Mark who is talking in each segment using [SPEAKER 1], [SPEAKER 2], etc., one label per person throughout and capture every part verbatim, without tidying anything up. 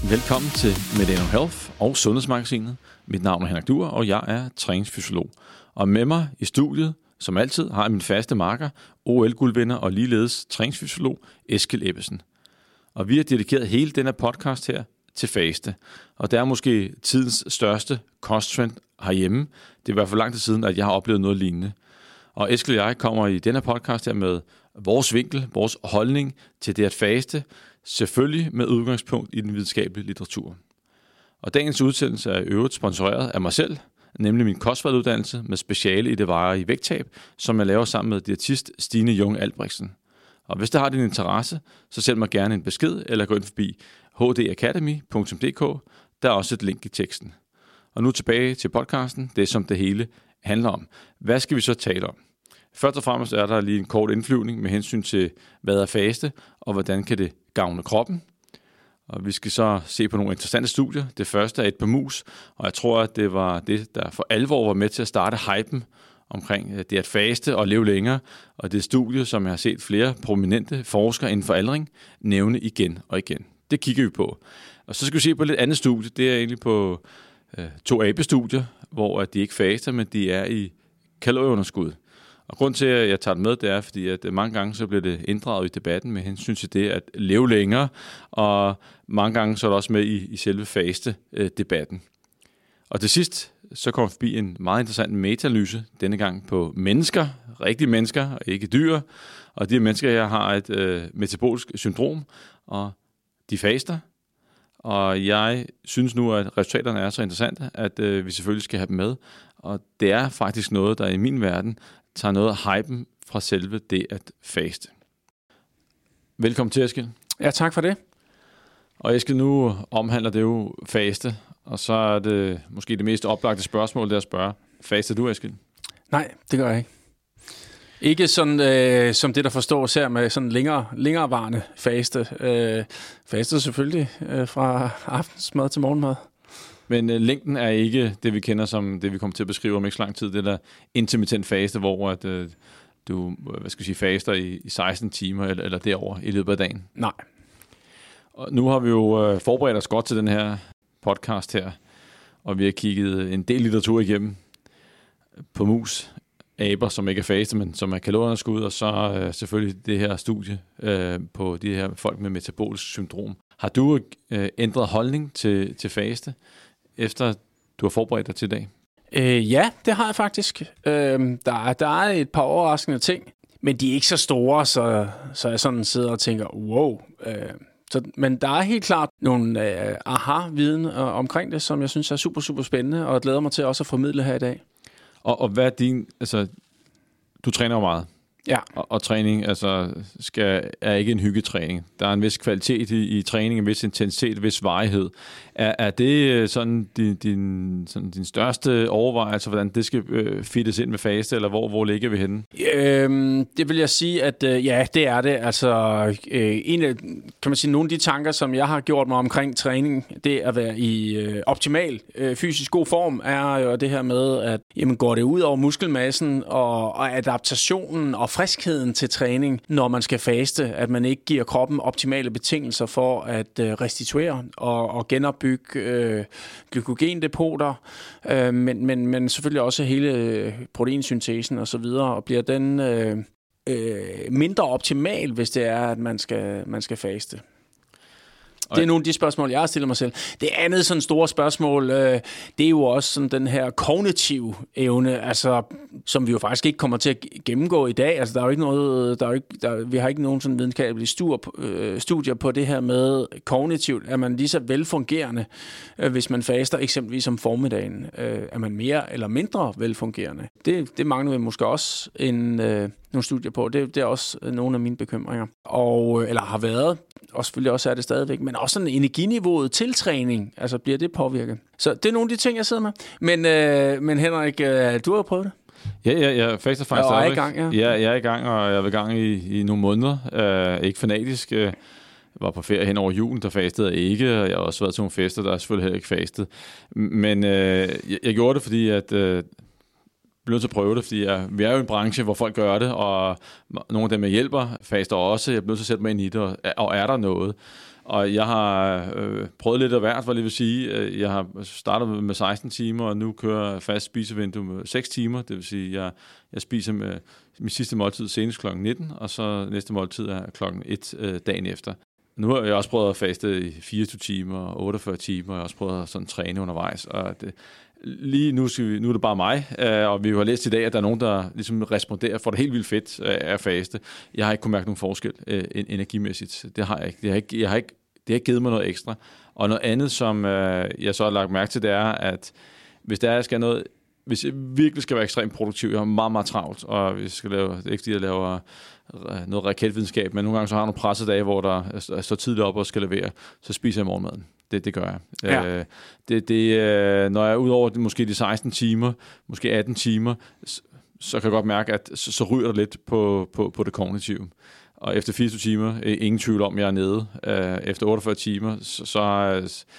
[SPEAKER 1] Velkommen til Medano Health og Sundhedsmagasinet. Mit navn er Henrik Duer, og jeg er træningsfysiolog. Og med mig i studiet, som altid, har jeg min faste marker, O L-guldvinder og ligeledes træningsfysiolog Eskild Ebbesen. Og vi har dedikeret hele denne podcast her til faste. Og det er måske tidens største kosttrend herhjemme. Det er i hvert fald lang tid siden, at jeg har oplevet noget lignende. Og Eskild og jeg kommer i denne podcast her med vores vinkel, vores holdning til det at faste, selvfølgelig med udgangspunkt i den videnskabelige litteratur. Og dagens udsendelse er i øvrigt sponsoreret af mig selv, nemlig min kostvalguddannelse med speciale i det varige vægttab, som jeg laver sammen med diætist Stine Jung Albrechtsen. Og hvis det har din interesse, så send mig gerne en besked eller gå ind forbi h d academy punktum d k. Der er også et link i teksten. Og nu tilbage til podcasten, det som det hele handler om. Hvad skal vi så tale om? Først og fremmest er der lige en kort indflyvning med hensyn til, hvad er faste, og hvordan kan det gavne kroppen. Og vi skal så se på nogle interessante studier. Det første er et på mus, og jeg tror, at det var det, der for alvor var med til at starte hypen omkring det at faste og leve længere. Og det er studie, som jeg har set flere prominente forskere inden for aldring nævne igen og igen. Det kigger vi på. Og så skal vi se på et lidt andet studie. Det er egentlig på øh, to abestudier, hvor de ikke faster, men de er i kalorieunderskud. Og grund til, at jeg tager det med, det er, fordi at mange gange så bliver det inddraget i debatten med hensyn til det at leve længere, og mange gange så er det også med i, i selve faste-debatten. Og til sidst, så kommer vi forbi en meget interessant meta-analyse, denne gang på mennesker, rigtige mennesker, og ikke dyr. Og de her mennesker her har et øh, metabolisk syndrom, og de faster. Og jeg synes nu, at resultaterne er så interessante, at øh, vi selvfølgelig skal have dem med. Og det er faktisk noget, der i min verden tager noget af hypen fra selve det at faste. Velkommen til, Eskild.
[SPEAKER 2] Ja, tak for det.
[SPEAKER 1] Og Eskild, nu omhandler det jo faste, og så er det måske det mest oplagte spørgsmål, det at spørge, faster du, Eskild?
[SPEAKER 2] Nej, det gør jeg ikke. Ikke sådan, øh, som det, der forstås her med sådan længere, længerevarende faste. Øh, faste selvfølgelig øh, fra aftensmad til morgenmad.
[SPEAKER 1] Men øh, længden er ikke det, vi kender som det, vi kommer til at beskrive om ikke så lang tid. Det der intermittent faste, hvor at, øh, du hvad skal jeg sige, faster i, i seksten timer eller, eller derover i løbet af dagen.
[SPEAKER 2] Nej.
[SPEAKER 1] Og nu har vi jo øh, forberedt os godt til den her podcast her, og vi har kigget en del litteratur igennem på mus, aber, som ikke er faste, men som er kalorieunderskud, og så øh, selvfølgelig det her studie øh, på de her folk med metabolisk syndrom. Har du øh, ændret holdning til, til faste, efter du har forberedt dig til i dag?
[SPEAKER 2] Øh, ja, det har jeg faktisk. Øh, der, der er et par overraskende ting, men de er ikke så store, så, så jeg sådan sidder og tænker, wow. Øh, så, men der er helt klart nogle øh, aha-viden øh, omkring det, som jeg synes er super, super spændende, og glæder mig til også at formidle her i dag.
[SPEAKER 1] Og, og hvad er din... Altså, du træner jo meget.
[SPEAKER 2] Ja.
[SPEAKER 1] Og, og træning altså, skal, er ikke en hyggetræning. Der er en vis kvalitet i, i træning, en vis intensitet, en vis varighed. Er, er det sådan din, din, sådan din største overvejelse, hvordan det skal øh, fittes ind med faste, eller hvor, hvor ligger vi henne?
[SPEAKER 2] Øhm, det vil jeg sige, at øh, ja, det er det. Altså, øh, en af, kan man sige, nogle af de tanker, som jeg har gjort mig omkring træning, det at være i øh, optimal øh, fysisk god form, er jo det her med, at jamen, går det ud over muskelmassen og, og adaptationen og friskheden til træning, når man skal faste, at man ikke giver kroppen optimale betingelser for at øh, restituere og, og genopbygge øh, glykogendepoter, øh, men, men, men selvfølgelig også hele øh, proteinsyntesen og så videre, og bliver den øh, øh, mindre optimal, hvis det er, at man skal, man skal faste. Det er nogle af de spørgsmål, jeg har stillet mig selv. Det andet sådan store spørgsmål, øh, det er jo også sådan den her kognitive evne, altså, som vi jo faktisk ikke kommer til at gennemgå i dag. Altså, der er jo ikke noget, der er jo ikke, der, vi har ikke nogen sådan videnskabelige studier, studier på det her med kognitivt. Er man lige så velfungerende, øh, hvis man faster eksempelvis om formiddagen? Øh, er man mere eller mindre velfungerende? Det, det mangler vi måske også en... Øh, nogle studier på. Det, det er også nogle af mine bekymringer. Og, eller har været, og selvfølgelig også er det stadigvæk, men også sådan energiniveauet til træning, altså bliver det påvirket. Så det er nogle af de ting, jeg sidder med. Men, øh, men Henrik, øh, du har prøvet det?
[SPEAKER 1] Ja, ja, jeg faster faktisk
[SPEAKER 2] jeg er i gang, ja.
[SPEAKER 1] ja. Jeg er i gang, og jeg er i gang i, i nogle måneder. Uh, ikke fanatisk. Uh, jeg var på ferie hen over julen, der fastede jeg ikke, og jeg har også været til nogle fester, der er selvfølgelig heller ikke fastet. Men uh, jeg, jeg gjorde det, fordi at... Uh, bliver nødt til at prøve det, fordi jeg, vi er jo en branche, hvor folk gør det, og nogle af dem, jeg hjælper, faster også. Jeg bliver nødt til at sætte mig ind i det, og, og er der noget? Og jeg har øh, prøvet lidt af hvert, hvad jeg vil sige. Jeg har startet med seksten timer, og nu kører fast spisevindue med seks timer. Det vil sige, at jeg, jeg spiser med min sidste måltid senest klokken nitten, og så næste måltid er klokken et øh, dagen efter. Nu har jeg også prøvet at faste i fireogtyve timer og otteogfyrre timer. Jeg har også prøvet at sådan træne undervejs. Og det, lige nu, skal vi, nu er det bare mig, øh, og vi har læst i dag, at der er nogen, der ligesom responderer for det helt vildt fedt øh, af faste. Jeg har ikke kunnet mærke nogen forskel øh, energimæssigt. Det har jeg ikke. Det har ikke, jeg har ikke. Det har ikke givet mig noget ekstra. Og noget andet, som øh, jeg så har lagt mærke til, det er, at hvis der jeg skal noget, hvis jeg virkelig skal være ekstremt produktiv, jeg har meget, meget travlt, og hvis jeg skal lave, det er ikke fordi, jeg laver noget raketvidenskab, men nogle gange så har jeg nogle pressedage, hvor der er så tidligt op og skal levere, så spiser jeg morgenmaden. Det, det gør jeg.
[SPEAKER 2] Ja.
[SPEAKER 1] Øh, det, det, øh, når jeg er ud over måske de seksten timer, måske atten timer, så, så kan jeg godt mærke, at så, så ryger der lidt på, på, på det kognitive. Og efter fireogtyve timer, ingen tvivl om, jeg er nede. Efter otteogfyrre timer, så, så,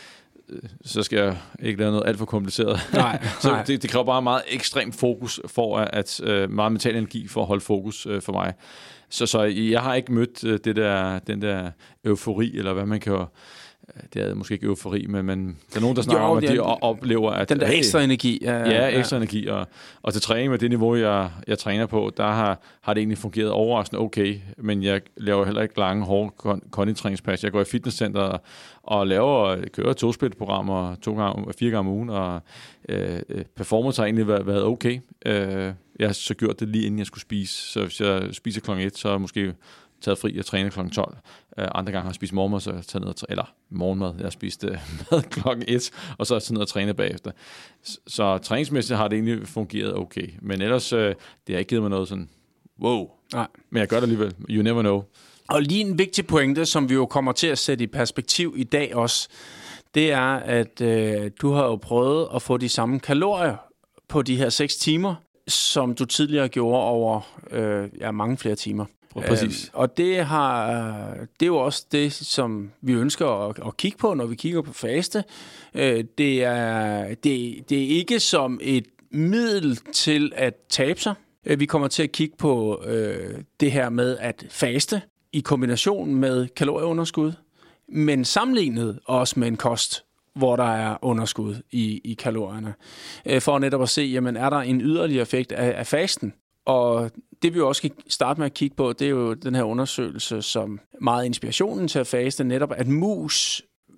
[SPEAKER 1] så skal jeg ikke lave noget alt for kompliceret.
[SPEAKER 2] Nej,
[SPEAKER 1] så
[SPEAKER 2] nej.
[SPEAKER 1] Det, det kræver bare meget ekstremt fokus, for at, at meget mental energi for at holde fokus for mig. Så, så jeg har ikke mødt det der, den der eufori, eller hvad man kan. Det er måske ikke eufori, men, men der er nogen, der snakker jo, om, at de oplever, at
[SPEAKER 2] den der
[SPEAKER 1] hey,
[SPEAKER 2] ekstra energi. Ja, ja,
[SPEAKER 1] ja ekstra ja. energi. Og, og til træning med det niveau, jeg, jeg træner på, der har, har det egentlig fungeret overraskende okay, men jeg laver heller ikke lange, hårde konditræningspas. Jeg går i fitnesscenter og, og laver, kører to-split-programmer to gange, fire gange om ugen, og øh, performance har egentlig været, været okay. Øh, jeg har så gjort det lige inden jeg skulle spise, så hvis jeg spiser klokken et, så er jeg måske taget fri og træner klokken tolv. Uh, andre gange har jeg spist morgenmad, så jeg tager ned og træ- eller morgenmad, jeg har spist uh, mad klokken et, og så har jeg taget ned og trænet bagefter. Så, så træningsmæssigt har det egentlig fungeret okay. Men ellers, uh, det har ikke givet mig noget sådan, wow.
[SPEAKER 2] Nej.
[SPEAKER 1] Men jeg gør det alligevel. You never know.
[SPEAKER 2] Og lige en vigtig pointe, som vi jo kommer til at sætte i perspektiv i dag også, det er, at øh, du har jo prøvet at få de samme kalorier på de her seks timer, som du tidligere gjorde over øh, ja, mange flere timer.
[SPEAKER 1] Præcis.
[SPEAKER 2] Øh, og det, har, det er jo også det, som vi ønsker at, at kigge på, når vi kigger på faste. Øh, det, er, det, det er ikke som et middel til at tabe sig. Øh, vi kommer til at kigge på øh, det her med at faste i kombination med kalorieunderskud, men sammenlignet også med en kost, hvor der er underskud i, i kalorierne. Øh, for netop at se, jamen, er der en yderligere effekt af, af fasten? Og det vi også skal starte med at kigge på, det er jo den her undersøgelse, som meget inspirationen til at faste, netop at mus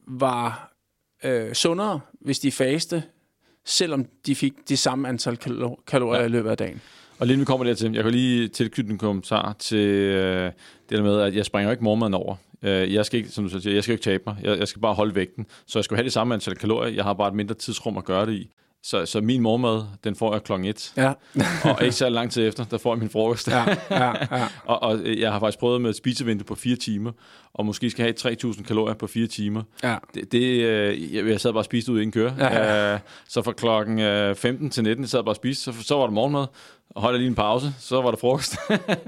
[SPEAKER 2] var øh, sundere, hvis de faste, selvom de fik det samme antal kalor- kalorier ja. i løbet af dagen.
[SPEAKER 1] Og lige nu kommer det til, jeg kan lige tilknytte en kommentar til øh, det der med, at jeg springer ikke morgenmaden over. Øh, jeg skal ikke, som du siger, jeg skal ikke tabe mig. Jeg, jeg skal bare holde vægten. Så jeg skal have det samme antal kalorier. Jeg har bare et mindre tidsrum at gøre det i. Så, så min morgenmad, den får jeg klokken et.
[SPEAKER 2] Ja.
[SPEAKER 1] Og ikke så lang tid efter, der får jeg min frokost.
[SPEAKER 2] Ja, ja, ja.
[SPEAKER 1] og, og jeg har faktisk prøvet med et spisevindue på fire timer, og måske skal have tre tusind kalorier på fire timer.
[SPEAKER 2] Ja.
[SPEAKER 1] Det, det, jeg sad bare og spiste ud i en køre. Ja, ja. Så fra klokken femten til nitten, jeg sad bare og spiste, så, så var der morgenmad, og holdt lige en pause, så var der frokost.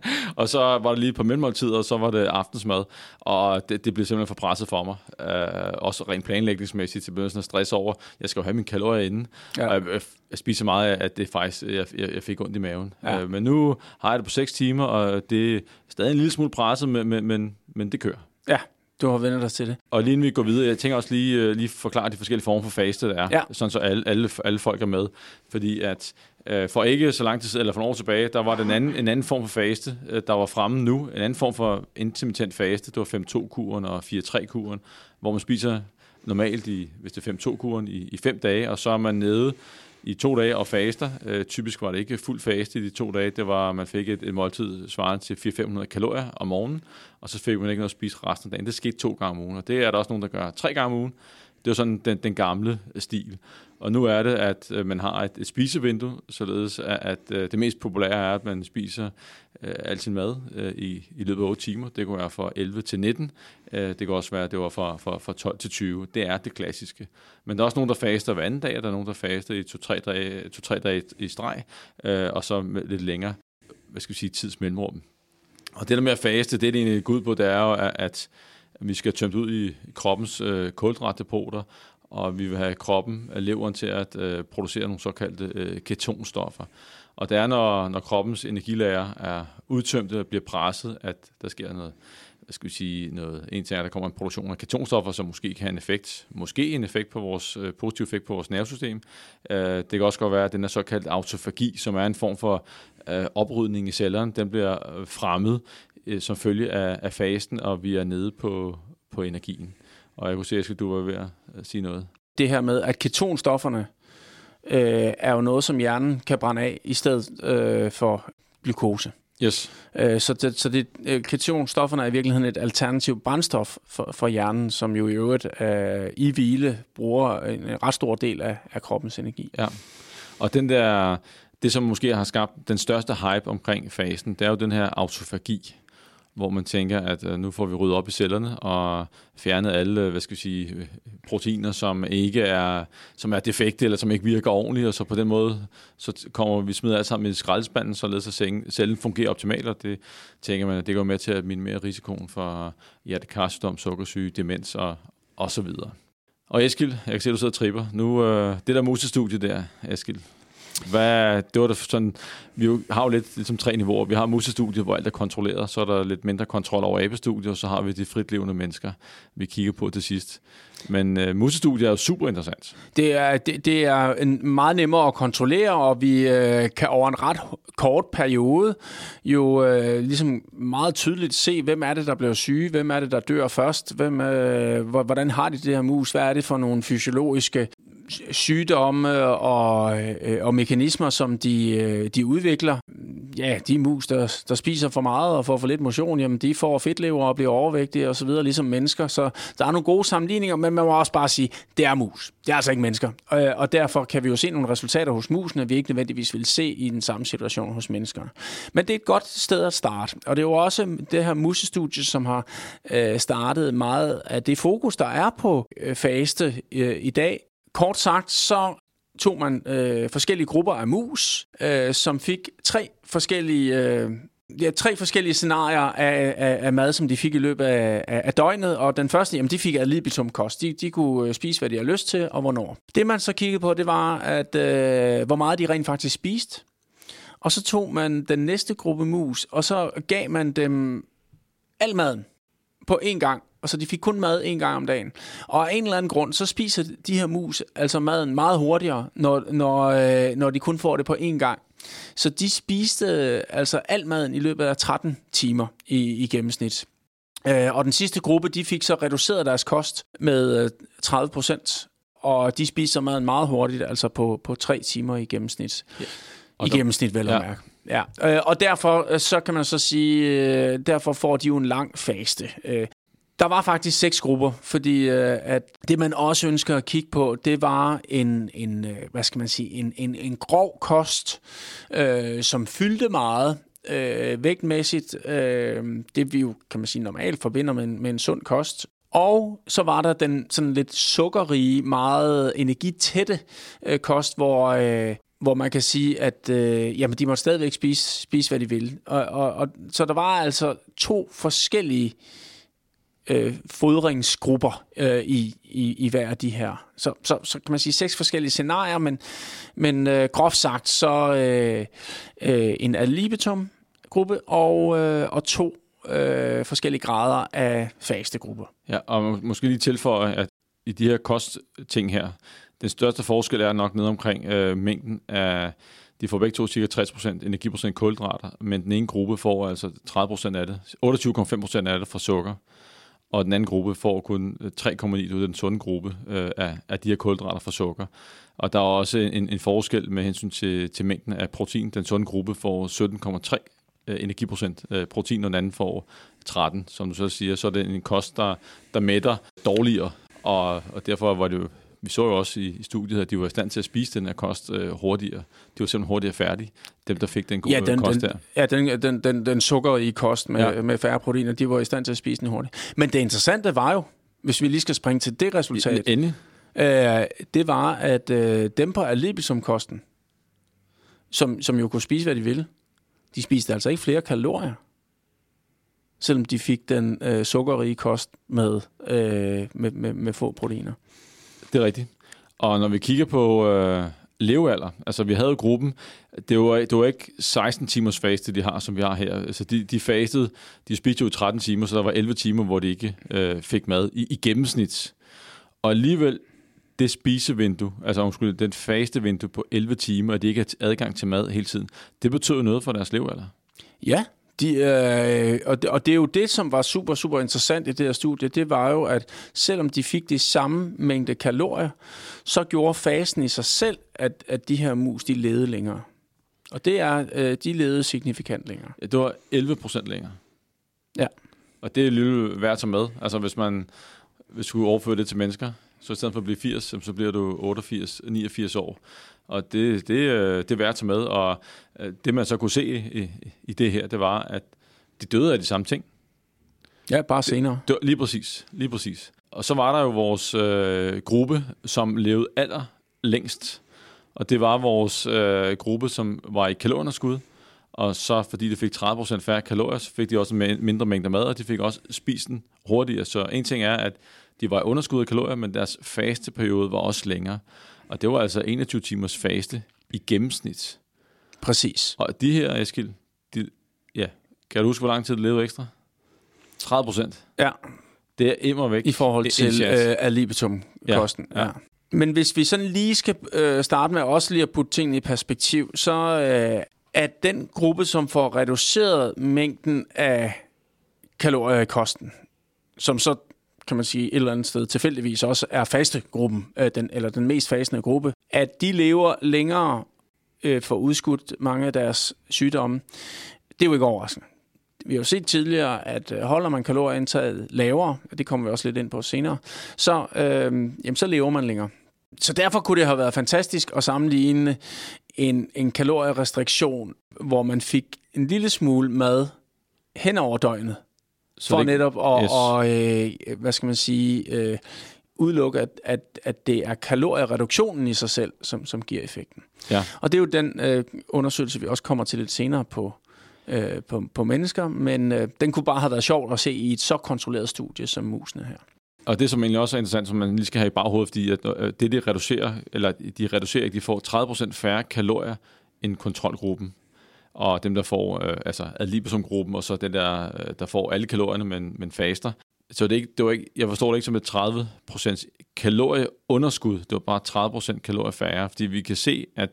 [SPEAKER 1] Og så var det lige på mellemmåltid, og så var det aftensmad. Og det, det blev simpelthen for presset for mig. Uh, også rent planlægningsmæssigt, så blev sådan stress over, jeg skal jo have mine kalorier inden. Ja. Og jeg, jeg spiser meget af, at det faktisk, jeg, jeg fik ondt i maven. Ja. Uh, men nu har jeg det på seks timer, og det er stadig en lille smule presset, men, men, men, men det kører.
[SPEAKER 2] Ja. Du har vendt dig til det.
[SPEAKER 1] Og lige inden vi går videre, jeg tænker også lige, lige forklare de forskellige former for faste, der er, ja. Sådan så alle, alle, alle folk er med. Fordi at øh, for ikke så lang tid, eller for nogle år tilbage, der var den anden, en anden form for faste, øh, der var fremme nu. En anden form for intermittent faste, det var fem to-kuren og fire tre-kuren, hvor man spiser normalt, i, hvis det er fem to-kuren, i, i fem dage, og så er man nede i to dage og faster. Øh, typisk var det ikke fuld faste i de to dage. Det var, man fik et, et måltid svarende til fire til fem hundrede kalorier om morgenen, og så fik man ikke noget at spise resten af dagen. Det skete to gange om ugen, og det er der også nogen, der gør tre gange om ugen. Det var sådan den, den gamle stil. Og nu er det, at øh, man har et, et spisevindue, således at, at øh, det mest populære er, at man spiser øh, al sin mad øh, i, i løbet af otte timer. Det kunne være fra elleve til nitten. Øh, det kan også være, at det var fra, fra, fra tolv til tyve. Det er det klassiske. Men der er også nogen, der faster hver anden dag, og der er nogen, der faster i to-tre dage, to-tre dage i streg, øh, og så med lidt længere, hvad skal vi sige, tidsmellemrum. Og det der med at faste, det er det egentlig går ud på, det er jo, at, at vi skal tømme ud i kroppens øh, kulhydratdepoter, og vi vil have kroppen, leveren til at øh, producere nogle såkaldte øh, ketonstoffer. Og det er, når, når kroppens energilager er udtømte og bliver presset, at der sker noget skal vi sige, noget, en ting er, at der kommer en produktion af ketonstoffer, som måske kan have en effekt, måske en effekt på vores, øh, positiv effekt på vores nervesystem. Øh, det kan også godt være, at den er såkaldt autofagi, som er en form for øh, oprydning i cellerne, den bliver fremmet øh, som følge af, af fasten, og vi er nede på, på energien. Og jeg kunne se, at du var ved at sige noget.
[SPEAKER 2] Det her med, at ketonstofferne øh, er jo noget, som hjernen kan brænde af, i stedet øh, for glukose.
[SPEAKER 1] Yes.
[SPEAKER 2] Øh, så det, så det, øh, ketonstofferne er i virkeligheden et alternativt brændstof for, for hjernen, som jo i øvrigt øh, i hvile bruger en ret stor del af, af kroppens energi.
[SPEAKER 1] Ja, og den der, det som måske har skabt den største hype omkring fasen, det er jo den her autofagi, hvor man tænker, at uh, nu får vi ryddet op i cellerne og fjernet alle, hvad skal vi sige, proteiner, som ikke er, som er defekte eller som ikke virker ordentligt, og så på den måde, så kommer vi smider alt sammen i skraldespanden, således at cellen fungerer optimalt, og det tænker man, at det går med til at minimere risikoen for hjertekarsygdom, sukkersyge, demens og, og så videre. Og Eskild, jeg kan se, at du sidder og tripper. Nu, uh, det der musestudie der, Eskild, Hvad, det var da sådan, vi jo, har jo lidt ligesom tre niveauer. Vi har musestudiet, hvor alt er kontrolleret, så er der lidt mindre kontrol over abestudiet, og så har vi de fritlevende mennesker, vi kigger på til sidst. Men uh, musestudiet er jo super interessant.
[SPEAKER 2] Det er, det, det er en meget nemmere at kontrollere, og vi øh, kan over en ret kort periode jo øh, ligesom meget tydeligt se, hvem er det, der bliver syge, hvem er det, der dør først, hvem, øh, hvordan har de det her mus, hvad er det for nogle fysiologiske sygdomme og, øh, og mekanismer, som de, øh, de udvikler. Ja, de mus, der, der spiser for meget og får for lidt motion, jamen de får fedtlever og bliver overvægtige og så videre, ligesom mennesker. Så der er nogle gode sammenligninger, men man må også bare sige, det er mus. Det er altså ikke mennesker. Og, og derfor kan vi jo se nogle resultater hos musene, vi ikke nødvendigvis vil se i den samme situation hos mennesker. Men det er et godt sted at starte. Og det er jo også det her musestudie, som har øh, startet meget af det fokus, der er på øh, faste øh, i dag. Kort sagt, så tog man øh, forskellige grupper af mus, øh, som fik tre forskellige, øh, ja, tre forskellige scenarier af, af, af mad, som de fik i løbet af, af, af døgnet. Og den første, jamen, de fik ad libitum kost. De, de kunne spise, hvad de har lyst til, og hvornår. Det, man så kiggede på, det var, at øh, hvor meget de rent faktisk spiste. Og så tog man den næste gruppe mus, og så gav man dem al maden på én gang. Og så de fik kun mad en gang om dagen. Og af en eller anden grund, så spiser de her mus altså maden meget hurtigere, når, når, øh, når de kun får det på én gang. Så de spiste øh, altså al maden i løbet af tretten timer i, i gennemsnit. Øh, og den sidste gruppe, de fik så reduceret deres kost med øh, tredive procent. Og de spiser maden meget hurtigt, altså på, på tre timer i gennemsnit. Ja. I der, gennemsnit, vel at ja. mærke. Ja. Øh, og derfor, så kan man så sige, øh, derfor får de jo en lang faste. Øh, Der var faktisk seks grupper, fordi øh, at det, man også ønsker at kigge på, det var en, en øh, hvad skal man sige, en, en, en grov kost, øh, som fyldte meget øh, vægtmæssigt. Øh, det vi jo, kan man sige, normalt forbinder med en, med en sund kost. Og så var der den sådan lidt sukkerrige, meget energitætte øh, kost, hvor... Øh, hvor man kan sige, at øh, jamen, de måtte stadigvæk spise, spise hvad de ville. Og, og, og, så der var altså to forskellige Øh, fodringsgrupper øh, i, i, i hver af de her. Så, så, så kan man sige seks forskellige scenarier, men, men øh, groft sagt så øh, øh, en ad libitum-gruppe og, øh, og to øh, forskellige grader af fastegrupper.
[SPEAKER 1] Ja, og måske lige tilføje, at i de her kostting her, den største forskel er nok nede omkring øh, mængden af, de får begge to cirka tres procent energiprocent kulhydrater, men den ene gruppe får altså tredive procent af det, otteogtyve komma fem procent af det fra sukker. Og den anden gruppe får kun tre komma ni ud af den sunde gruppe øh, af, af de her kulhydrater fra sukker. Og der er også en, en forskel med hensyn til, til mængden af protein. Den sunde gruppe får sytten komma tre øh, energiprocent øh, protein, og den anden får tretten, som du så siger. Så er det en kost, der, der mætter dårligere, og, og derfor var det jo, vi så jo også i, i studiet, at de var i stand til at spise den her kost øh, hurtigere. De var simpelthen hurtigere færdige, dem der fik den gode
[SPEAKER 2] ja, den,
[SPEAKER 1] kost
[SPEAKER 2] den,
[SPEAKER 1] der.
[SPEAKER 2] Ja, den, den, den, den sukkerige kost med, ja. med færre proteiner, de var i stand til at spise den hurtigt. Men det interessante var jo, hvis vi lige skal springe til det resultat,
[SPEAKER 1] Endelig.
[SPEAKER 2] Øh, det var, at øh, dem på ad libitum-kosten, som, som jo kunne spise, hvad de ville, de spiste altså ikke flere kalorier, selvom de fik den øh, sukkerige kost med, øh, med, med, med få proteiner.
[SPEAKER 1] Det er rigtigt. Og når vi kigger på øh, levealder. Altså, vi havde jo gruppen, det var, det var ikke seksten timers faste, de har, som vi har her. Altså, de, de fastede, de spiste jo tretten timer, så der var elleve timer, hvor de ikke øh, fik mad i, i gennemsnit. Og alligevel, det spisevindue, altså undskyld, den faste vindue på elleve timer, og de ikke har adgang til mad hele tiden, det betød noget for deres levealder.
[SPEAKER 2] Ja, de, øh, og, det, og det er jo det, som var super, super interessant i det her studie, det var jo, at selvom de fik de samme mængde kalorier, så gjorde fasten i sig selv, at, at de her mus, de levede længere. Og det er, øh, de levede signifikant længere.
[SPEAKER 1] Ja, det var elleve procent længere.
[SPEAKER 2] Ja. Og
[SPEAKER 1] det er lidt værd at tage med. Altså hvis man hvis du overføre det til mennesker, så i stedet for at blive firs, så bliver du otteogfirs, niogfirs år. Og det, det, det er værd at tage med. Og det man så kunne se i, i det her, det var, at de døde af de samme ting.
[SPEAKER 2] Ja, bare senere.
[SPEAKER 1] Det, det, lige præcis, lige præcis. Og så var der jo vores øh, gruppe, som levede aller længst. Og det var vores øh, gruppe, som var i kalorieunderskud. Og så fordi de fik tredive procent færre kalorier, så fik de også en mindre mængde mad, og de fik også spist den hurtigere. Så en ting er, at de var i underskud af kalorier, men deres fasteperiode var også længere. Og det var altså enogtyve timers faste i gennemsnit.
[SPEAKER 2] Præcis.
[SPEAKER 1] Og de her, Eskild, de, ja, kan du huske, hvor lang tid de levede ekstra? tredive procent.
[SPEAKER 2] Ja.
[SPEAKER 1] Det er immer væk.
[SPEAKER 2] I forhold til øh, ad libitum-kosten. Ja, ja. Ja. Men hvis vi sådan lige skal øh, starte med også lige at putte tingene i perspektiv, så øh, at den gruppe, som får reduceret mængden af kalorier i kosten, som så, kan man sige, et eller andet sted tilfældigvis også er fastegruppen, øh, den, eller den mest fastende gruppe, at de lever længere øh, for udskudt mange af deres sygdomme, det er jo ikke overraskende. Vi har jo set tidligere, at holder man kalorieindtaget lavere, og det kommer vi også lidt ind på senere, så, øh, jamen, så lever man længere. Så derfor kunne det have været fantastisk at sammenligne en, en kalorierestriktion, hvor man fik en lille smule mad hen over døgnet, så for det, netop at, yes. og, øh, hvad skal man sige, øh, udelukke, at, at, at det er kaloriereduktionen i sig selv, som, som giver effekten. Ja. Og det er jo den øh, undersøgelse, vi også kommer til lidt senere på, øh, på, på mennesker, men øh, den kunne bare have været sjovt at se i et så kontrolleret studie som musene her.
[SPEAKER 1] Og det, som egentlig også er interessant, som man lige skal have i baghovedet, fordi at det, de reducerer, eller de reducerer ikke, de får tredive procent færre kalorier end kontrolgruppen. Og dem, der får, øh, altså ad libitum-gruppen, og så den der, der får alle kalorierne, men, men faster. Så det er ikke, det var ikke, jeg forstår det ikke som et tredive procent kalorieunderskud. Det var bare tredive procent kalorier færre, fordi vi kan se, at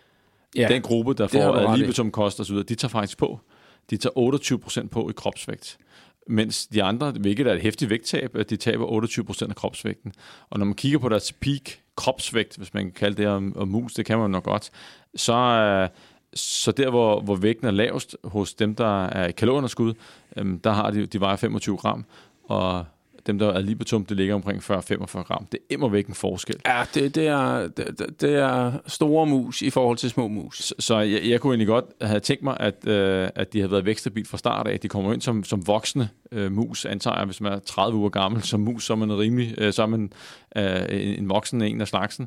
[SPEAKER 1] ja, den gruppe, der får ad libitum-kost og så videre, de tager faktisk på. De tager otteogtyve procent på i kropsvægt. Mens de andre, hvilket er et hæftigt vægttab, at de taber otteogtyve procent af kropsvægten. Og når man kigger på deres peak kropsvægt, hvis man kan kalde det om, om mus, det kan man nok godt, så, så der, hvor, hvor vægten er lavest hos dem, der er i kalorieunderskud, der har de, de vejer femogtyve gram, og dem, der er ad libitum, det ligger omkring fyrre til femogfyrre gram. Det er immer væk en forskel.
[SPEAKER 2] Ja, det, det, er, det, det er store mus i forhold til små mus.
[SPEAKER 1] Så, så jeg, jeg kunne egentlig godt have tænkt mig, at, øh, at de havde været vækstabilt fra start af. De kommer ind som, som voksne øh, mus, antager jeg, hvis man er tredive uger gammel som mus, så er man rimelig, øh, så er man øh, en voksen en af slagsen.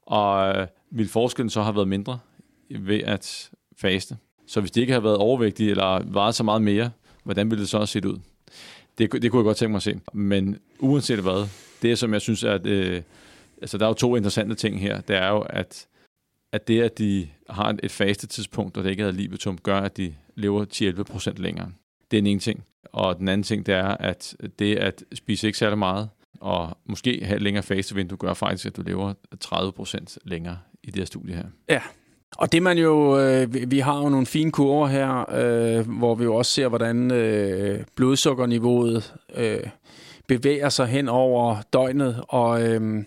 [SPEAKER 1] Og øh, vil forskellen så have været mindre ved at faste? Så hvis de ikke havde været overvægtige eller vejet så meget mere, hvordan ville det så have set ud? Det, det kunne jeg godt tænke mig at se. Men uanset hvad, det som jeg synes er, at øh, altså der er jo to interessante ting her. Det er jo, at, at det, at de har et faste tidspunkt, og det ikke er ad libitum, gør, at de lever ti til elleve procent længere. Det er en ene ting. Og den anden ting, det er, at det at spise ikke særlig meget, og måske have et længere fastevindue, gør faktisk, at du lever tredive procent længere i det her studie her.
[SPEAKER 2] Ja. Og det man jo, øh, vi har jo nogle fine kurver her, øh, hvor vi jo også ser, hvordan øh, blodsukkerniveauet øh, bevæger sig hen over døgnet, og, øh,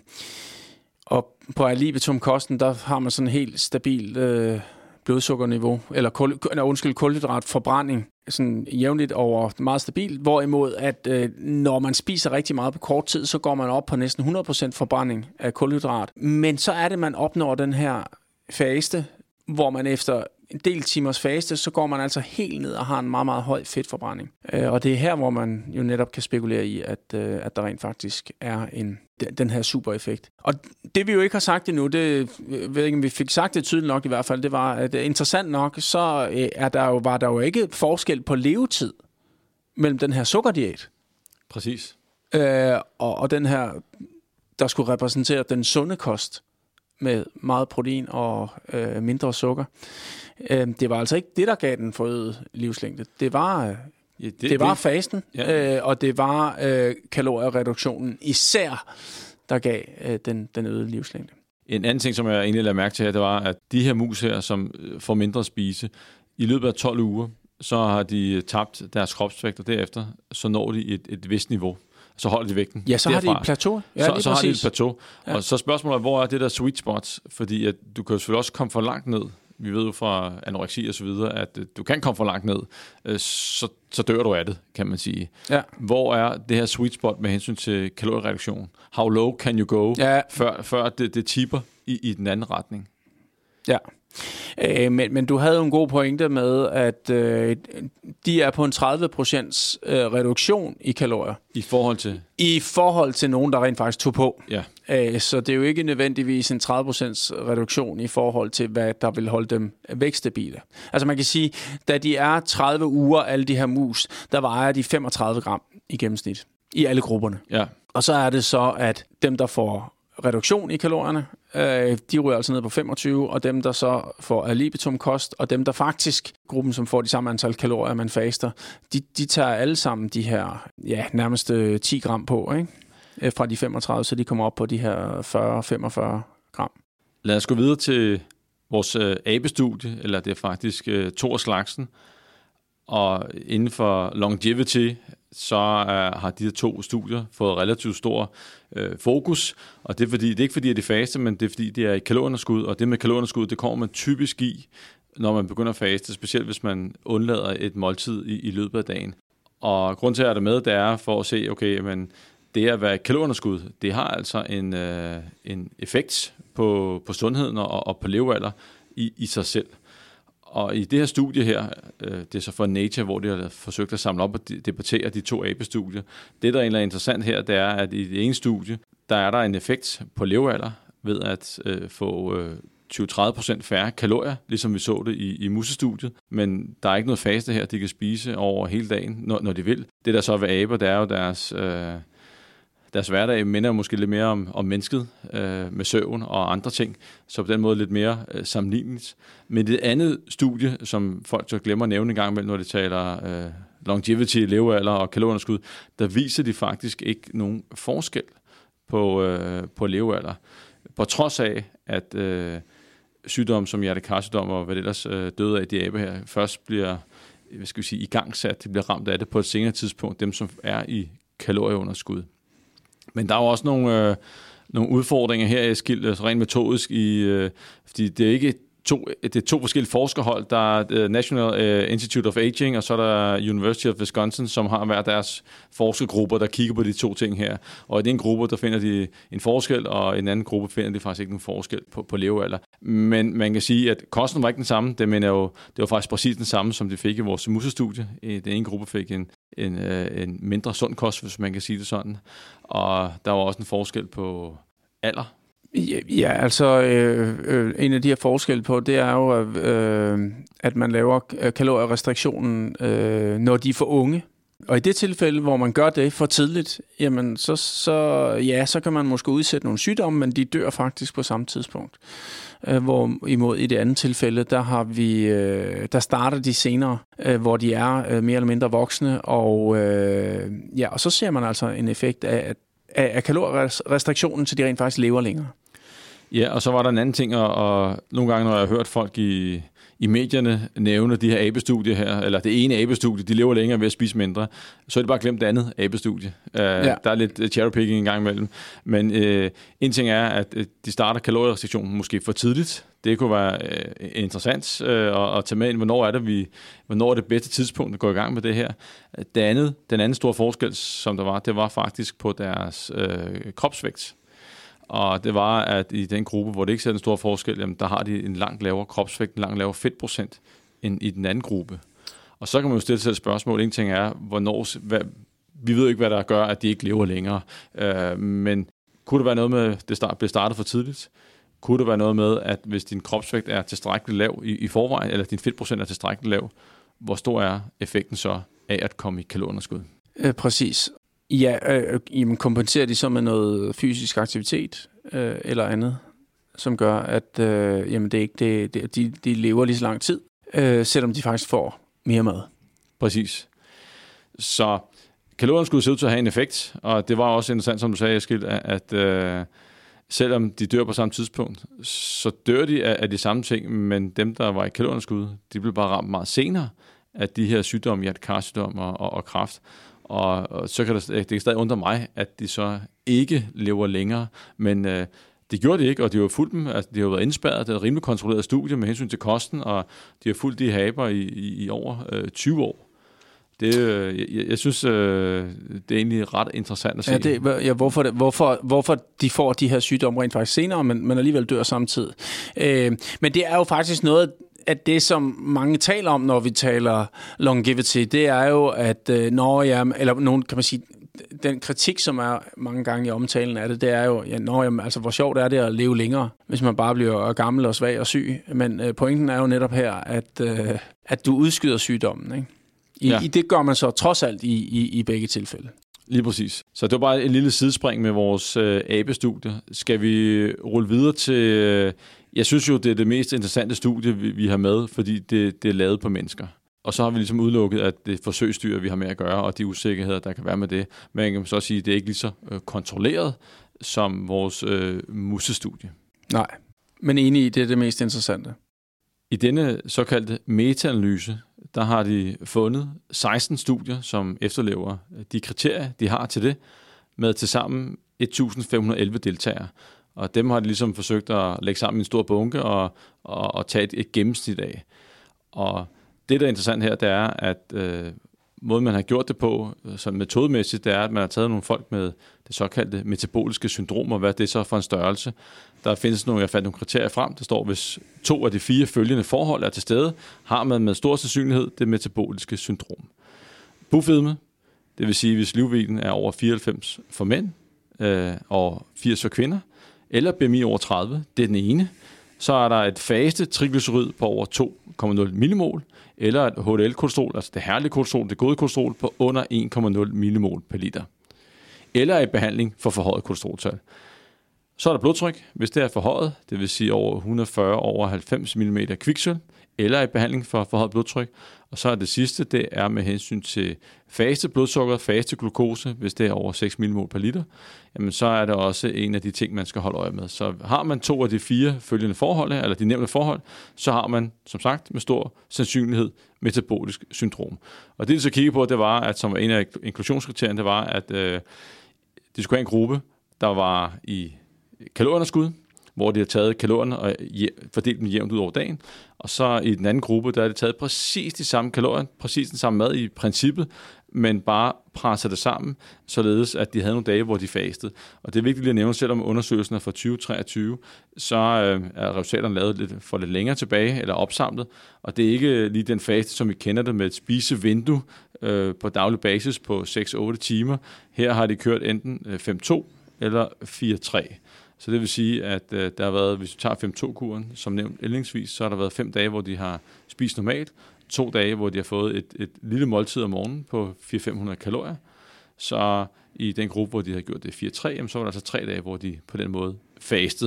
[SPEAKER 2] og på ad libitum-kosten, der har man sådan en helt stabil øh, blodsukkerniveau, eller kul, eller, undskyld, kulhydratforbrænding, sådan jævnligt over meget stabilt, hvorimod at øh, når man spiser rigtig meget på kort tid, så går man op på næsten hundrede procent forbrænding af kulhydrat. Men så er det, man opnår den her faste, hvor man efter en del timers faste, så går man altså helt ned og har en meget, meget høj fedtforbrænding. Og det er her, hvor man jo netop kan spekulere i, at, at der rent faktisk er en, den her super effekt. Og det vi jo ikke har sagt endnu, det jeg ved ikke, om vi fik sagt det tydeligt nok i hvert fald, det var, at interessant nok, så er der jo, var der jo ikke forskel på levetid mellem den her sukkerdiæt.
[SPEAKER 1] Præcis.
[SPEAKER 2] Øh, og, og den her, der skulle repræsentere den sunde kost. med meget protein og øh, mindre sukker. Øh, det var altså ikke det, der gav den forøgede livslængde. Det var, øh, ja, det, det var det. fasten, ja. øh, og det var øh, kaloriereduktionen især, der gav øh, den, den øgede livslængde.
[SPEAKER 1] En anden ting, som jeg egentlig lader mærke til her, det var, at de her mus her, som får mindre at spise, i løbet af tolv uger, så har de tabt deres kropsvægt, og derefter så når de et, et vist niveau. Så holder de vægten.
[SPEAKER 2] Ja, så derfra. Har de et plateau. Ja,
[SPEAKER 1] så så har de et plateau. Ja. Og så spørgsmålet er, hvor er det der sweet spot? Fordi at du kan jo selvfølgelig også komme for langt ned. Vi ved jo fra anoreksi og så videre, at du kan komme for langt ned. Så, så dør du af det, kan man sige. Ja. Hvor er det her sweet spot med hensyn til kaloriereduktion? How low can you go, ja. før, før det, det tipper i, i den anden retning?
[SPEAKER 2] Ja. Øh, men, men du havde jo en god pointe med, at øh, de er på en tredive procent øh, reduktion i kalorier.
[SPEAKER 1] I forhold til?
[SPEAKER 2] I forhold til nogen, der rent faktisk tog på.
[SPEAKER 1] Ja.
[SPEAKER 2] Øh, så det er jo ikke nødvendigvis en tredive procent reduktion i forhold til, hvad der vil holde dem vækststabile. Altså man kan sige, da de er tredive uger, alle de her mus, der vejer de femogtredive gram i gennemsnit i alle grupperne.
[SPEAKER 1] Ja.
[SPEAKER 2] Og så er det så, at dem, der får reduktion i kalorierne, øh, de ryger altså ned på femogtyve, og dem, der så får ad libitum kost, og dem, der faktisk, gruppen, som får de samme antal kalorier, man faster, de, de tager alle sammen de her, ja, nærmest ti gram på, ikke? Fra de femogtredive, så de kommer op på de her fyrre til femogfyrre gram.
[SPEAKER 1] Lad os gå videre til vores øh, abestudie, eller det er faktisk øh, to af slagsen, og inden for longevity, så uh, har de her to studier fået relativt stor uh, fokus, og det er, fordi, det er ikke fordi, at de faste, men det er fordi, de er i kalorieunderskud, og det med kalorieunderskud, det kommer man typisk i, når man begynder at faste, specielt hvis man undlader et måltid i, i løbet af dagen. Og grund til at have det med, det er for at se, okay, men det at være i kalorieunderskud, det har altså en, uh, en effekt på, på sundheden og, og på levealder i, i sig selv. Og i det her studie her, det er så fra Nature, hvor de har forsøgt at samle op og debattere de to abestudier. Det, der egentlig er interessant her, det er, at i det ene studie, der er der en effekt på levealder ved at øh, få øh, tyve til tredive procent færre kalorier, ligesom vi så det i, i musestudiet. Men der er ikke noget faste her, de kan spise over hele dagen, når, når de vil. Det der så ved aber, det er jo deres... Øh, Deres hverdag minder måske lidt mere om, om mennesket øh, med søvn og andre ting, så på den måde lidt mere øh, sammenligneligt. Men det andet studie, som folk så glemmer at nævne en gang imellem, når de taler øh, longevity, levealder og kalorieunderskud, der viser de faktisk ikke nogen forskel på, øh, på levealder. På trods af, at øh, sygdomme som hjertekarsygdom og hvad det ellers øh, døde af de aber her, først bliver hvad skal vi sige, igangsat, de bliver ramt af det på et senere tidspunkt, dem som er i kalorieunderskud. Men der er jo også nogle, øh, nogle udfordringer her, Eskild, altså rent metodisk, i, øh, fordi det er ikke to, det er to forskellige forskerhold. Der er National Institute of Aging, og så er der University of Wisconsin, som har hver deres forskergrupper, der kigger på de to ting her. Og i den gruppe, der finder de en forskel, og i en anden gruppe finder de faktisk ikke nogen forskel på, på levealder. Men man kan sige, at kosten var ikke den samme. Det, mener jo, det var faktisk præcis den samme, som de fik i vores musestudie. Den ene gruppe fik en, en, en mindre sund kost, hvis man kan sige det sådan. Og der var også en forskel på alder.
[SPEAKER 2] Ja, ja altså øh, øh, en af de her forskelle på, det er jo, øh, at man laver kalorierestriktionen, øh, når de er for unge. Og i det tilfælde, hvor man gør det for tidligt, jamen så, så, ja, så kan man måske udsætte nogle sygdomme, men de dør faktisk på samme tidspunkt. Øh, hvorimod i det andet tilfælde, der har vi, øh, der starter de senere, øh, hvor de er øh, mere eller mindre voksne, og øh, ja, og så ser man altså en effekt af, af, af kalorierestriktionen, så de rent faktisk lever længere.
[SPEAKER 1] Ja, og så var der en anden ting, og, og nogle gange, når jeg har hørt folk i, i medierne nævne de her abestudier her, eller det ene abestudie, de lever længere ved at spise mindre, så er det bare glemt det andet abestudie. Uh, ja. Der er lidt cherrypicking en gang imellem. Men uh, en ting er, at de starter kalorierestriktionen måske for tidligt. Det kunne være uh, interessant uh, at, at tage med ind, hvornår er det, vi, hvornår er det bedste tidspunkt at gå i gang med det her. Det andet, den anden store forskel, som der var, det var faktisk på deres uh, kropsvægt. Og det var, at i den gruppe, hvor det ikke ser en stor forskel, jamen, der har de en langt lavere kropsvægt, en langt lavere fedtprocent end i den anden gruppe. Og så kan man jo stille sig et spørgsmål. En ting er, hvornår, hvad, vi ved jo ikke, hvad der gør, at de ikke lever længere. Øh, men kunne det være noget med, at det start, blev startet for tidligt? Kunne det være noget med, at hvis din kropsvægt er tilstrækkeligt lav i, i forvejen, eller din fedtprocent er tilstrækkeligt lav, hvor stor er effekten så af at komme i kalorieunderskud?
[SPEAKER 2] Øh, præcis. Ja, øh, jamen kompenserer de så med noget fysisk aktivitet øh, eller andet, som gør, at øh, jamen det er ikke det, det, de, de lever lige så lang tid, øh, selvom de faktisk får mere mad.
[SPEAKER 1] Præcis. Så kalorierne skulle se ud til at have en effekt, og det var også interessant, som du sagde, Eskild, at, at øh, selvom de dør på samme tidspunkt, så dør de af, af de samme ting, men dem, der var i kalorieunderskud, de blev bare ramt meget senere af de her sygdomme, hjertekarsygdom og, og, og kræft. Og, og så kan det, det kan stadig undre mig, at de så ikke lever længere, men øh, det gjorde de ikke, og de har fulgt dem, altså de har været indspærret, det er et rimelig kontrolleret studie med hensyn til kosten, og de har fulgt de haber i, i, i over øh, tyve år. Det, øh, jeg, jeg synes, øh, det er egentlig ret interessant at se.
[SPEAKER 2] Ja, det, ja, hvorfor, det, hvorfor, hvorfor de får de her sygdomme rent faktisk senere, men, men alligevel dør samtidig. Øh, men det er jo faktisk noget at det, som mange taler om, når vi taler longevity, det er jo, at øh, når jeg, eller nogen kan man sige, den kritik, som er mange gange i omtalen af det, det er jo, ja, når jeg, altså, hvor sjovt er det at leve længere, hvis man bare bliver gammel og svag og syg. Men øh, pointen er jo netop her, at, øh, at du udskyder sygdommen, ikke? I, ja. i det gør man så trods alt i, i, i begge tilfælde.
[SPEAKER 1] Lige præcis. Så det var bare en lille sidespring med vores øh, abestudie. Skal vi rulle videre til... Øh, jeg synes jo, det er det mest interessante studie, vi, vi har med, fordi det, det er lavet på mennesker. Og så har vi ligesom udelukket, at det er forsøgsdyr, vi har med at gøre, og de usikkerheder, der kan være med det. Men jeg kan så sige, at det er ikke lige så øh, kontrolleret som vores øh, musestudie.
[SPEAKER 2] Nej, men enig i, det er det mest interessante.
[SPEAKER 1] I denne såkaldte meta-analyse, der har de fundet seksten studier, som efterlever de kriterier, de har til det, med tilsammen et tusind fem hundrede og elleve deltagere. Og dem har de ligesom forsøgt at lægge sammen i en stor bunke og, og, og tage et, et gennemsnit af. Og det, der er interessant her, det er, at øh, måden, man har gjort det på, sådan metodemæssigt, det er, at man har taget nogle folk med det såkaldte metaboliske syndrom, og hvad det er så for en størrelse. Der findes nogle, jeg fandt nogle kriterier frem. Der står, hvis to af de fire følgende forhold er til stede, har man med stor sandsynlighed det metaboliske syndrom. Bufedme, det vil sige, hvis livsvægten er over fireoghalvfems for mænd øh, og firs for kvinder, eller B M I over tredive, det er den ene. Så er der et faste triglycerid på over to komma nul millimol, eller et H D L-kolesterol, altså det herlige kolesterol, det gode kolesterol, på under en komma nul millimol per liter. Eller i behandling for forhøjet kolesteroltal. Så er der blodtryk, hvis det er forhøjet, det vil sige over et hundrede og fyrre over halvfems millimeter kviksølv, eller i behandling for forhøjet blodtryk. Og så er det sidste, det er med hensyn til faste blodsukker, faste glukose, hvis det er over seks millimol per liter, jamen så er det også en af de ting, man skal holde øje med. Så har man to af de fire følgende forhold, eller de nævnte forhold, så har man, som sagt, med stor sandsynlighed metabolisk syndrom. Og det, de så kigge på, det var, at som en af inklusionskriterierne, det var, at øh, de skulle have en gruppe, der var i kalorieunderskud, hvor de har taget kalorierne og fordelt dem jævnt ud over dagen. Og så i den anden gruppe, der er det taget præcis de samme kalorier, præcis den samme mad i princippet, men bare presser det sammen, således at de havde nogle dage, hvor de fastede. Og det er vigtigt at nævne, selvom undersøgelsen er fra tyve treogtyve, så øh, er resultaterne lavet lidt, for lidt længere tilbage, eller opsamlet. Og det er ikke lige den faste, som vi kender det med et spisevindue øh, på daglig basis på seks otte timer. Her har de kørt enten fem to eller fire tre. Så det vil sige, at øh, der har været, hvis du tager fem to-kuren, som nævnt indledningsvis, så har der været fem dage, hvor de har spist normalt, to dage, hvor de har fået et, et lille måltid om morgenen på fire til fem hundrede kalorier. Så i den gruppe, hvor de har gjort det fire tre, så var der altså tre dage, hvor de på den måde fastede.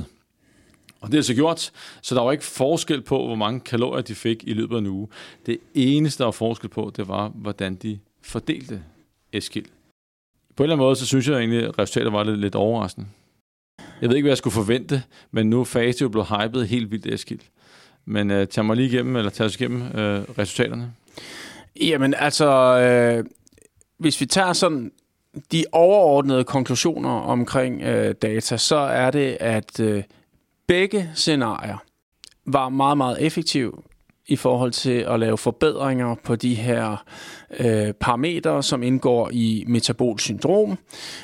[SPEAKER 1] Og det er så gjort, så der var ikke forskel på, hvor mange kalorier de fik i løbet af en uge. Det eneste, der var forskel på, det var, hvordan de fordelte Eskild. På en eller anden måde, så synes jeg egentlig, at resultatet var lidt, lidt overraskende. Jeg ved ikke, hvad jeg skulle forvente, men nu er faste jo blevet hypet helt vildt, Eskild. Men uh, tag mig lige igennem, eller tag os igennem uh, resultaterne.
[SPEAKER 2] Jamen altså, øh, hvis vi tager sådan de overordnede konklusioner omkring øh, data, så er det, at øh, begge scenarier var meget, meget effektive i forhold til at lave forbedringer på de her øh, parametre, som indgår i metabol syndrom.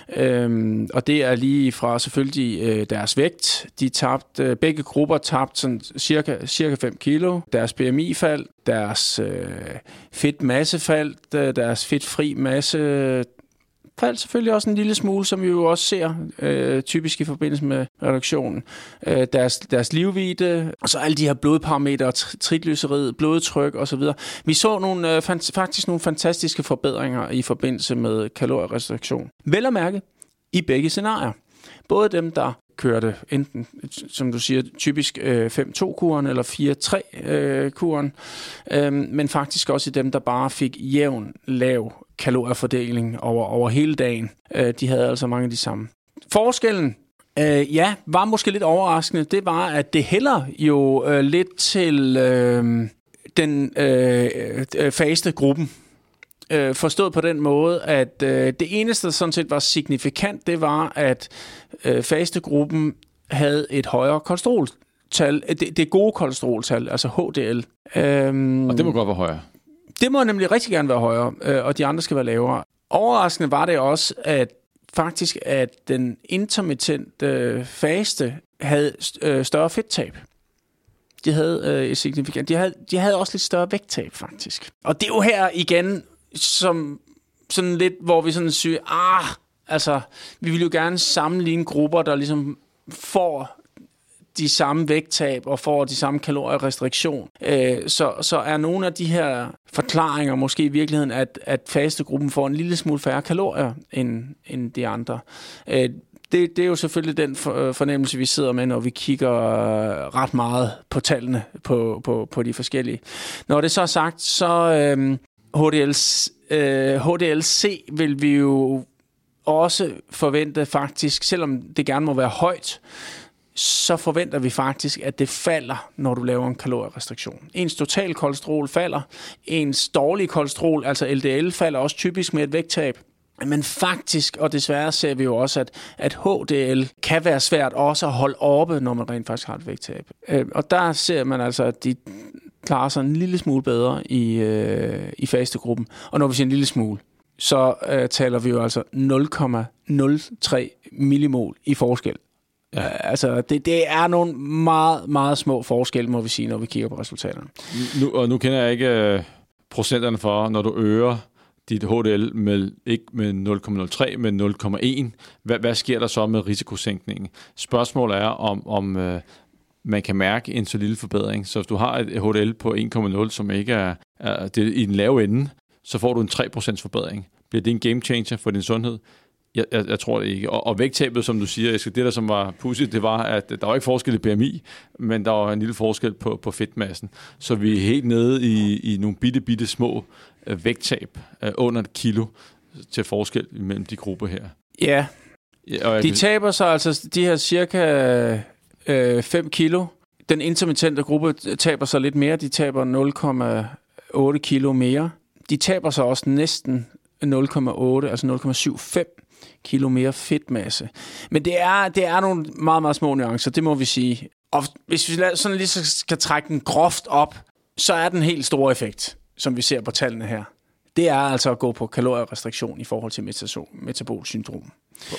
[SPEAKER 2] Øhm, og det er lige fra selvfølgelig øh, deres vægt. De tabte, øh, begge grupper tabte sådan cirka, cirka fem kilo. Deres B M I faldt, deres øh, fedtmasse faldt, øh, deres fedtfri masse faldt selvfølgelig også en lille smule, som vi jo også ser øh, typisk i forbindelse med reduktionen. Øh, deres, deres livvidde, og så alle de her blodparametre, triglycerid, blodtryk osv. Vi så nogle, øh, fant- faktisk nogle fantastiske forbedringer i forbindelse med kalorierestriktion. Vel at mærke i begge scenarier. Både dem, der kørte enten, som du siger, typisk øh, fem to-kuren eller fire tre-kuren, øh, men faktisk også dem, der bare fik jævn, lav kaloriefordeling over, over hele dagen. Øh, de havde altså mange af de samme. Forskellen, øh, ja, var måske lidt overraskende. Det var, at det hælder jo øh, lidt til øh, den øh, øh, faste gruppen. Øh, forstået på den måde, at øh, det eneste, der sådan set var signifikant, det var, at øh, fastegruppen havde et højere kolesteroltal. Det, det gode kolesteroltal, altså H D L. Øhm,
[SPEAKER 1] og det må godt være højere.
[SPEAKER 2] Det må nemlig rigtig gerne være højere, øh, og de andre skal være lavere. Overraskende var det også, at faktisk, at den intermittent øh, faste havde øh, større fedttab. De havde øh, et signifikant. De havde, de havde også lidt større vægttab, faktisk. Og det er jo her igen, som sådan lidt, hvor vi sådan siger, ah, altså, vi vil jo gerne sammenligne grupper, der ligesom får de samme vægttab og får de samme kalorierestriktion. Øh, så, så er nogle af de her forklaringer måske i virkeligheden, at, at fastegruppen får en lille smule færre kalorier end, end de andre. Øh, det, det er jo selvfølgelig den for, fornemmelse, vi sidder med, når vi kigger ret meget på tallene på, på, på de forskellige. Når det så er sagt, så øh, H D L, øh, H D L C vil vi jo også forvente faktisk, selvom det gerne må være højt, så forventer vi faktisk, at det falder, når du laver en kalorierestriktion. Ens total kolesterol falder, ens dårlige kolesterol, altså L D L, falder også typisk med et vægttab. Men faktisk, og desværre ser vi jo også, at, at H D L kan være svært også at holde oppe, når man rent faktisk har et vægttab. Øh, og der ser man altså, at de klarer sig en lille smule bedre i, øh, i fastegruppen. Og når vi siger en lille smule, så øh, taler vi jo altså nul komma nul tre millimol i forskel. Ja. Altså, det, det er nogle meget, meget små forskelle, må vi sige, når vi kigger på resultaterne.
[SPEAKER 1] Nu, og nu kender jeg ikke øh, procenterne for, når du øger dit H D L med, ikke med nul komma nul tre, men nul komma en. Hvad, hvad sker der så med risikosænkningen? Spørgsmålet er, om, om øh, man kan mærke en så lille forbedring. Så hvis du har et H D L på en komma nul, som ikke er, er det er i den lave ende, så får du en tre procent forbedring. Bliver det en game changer for din sundhed? Jeg, jeg, jeg tror det ikke. Og, og vægttabet, som du siger, det der, som var pudsigt, det var, at der var ikke forskel i B M I, men der var en lille forskel på, på fedtmassen. Så vi er helt nede i, i nogle bitte, bitte små øh, vægttab øh, under et kilo til forskel mellem de grupper her.
[SPEAKER 2] Ja, ja de kan... taber så altså de her cirka øh, fem kilo. Den intermittente gruppe taber så lidt mere. De taber nul komma otte kilo mere. De taber så også næsten nul komma otte, altså nul komma syv fem kilo mere fedtmasse. Men det er, det er nogle meget, meget små nuancer, det må vi sige. Og hvis vi sådan lige så skal trække den groft op, så er den helt store effekt, som vi ser på tallene her, det er altså at gå på kalorierestriktion i forhold til metabol syndrom.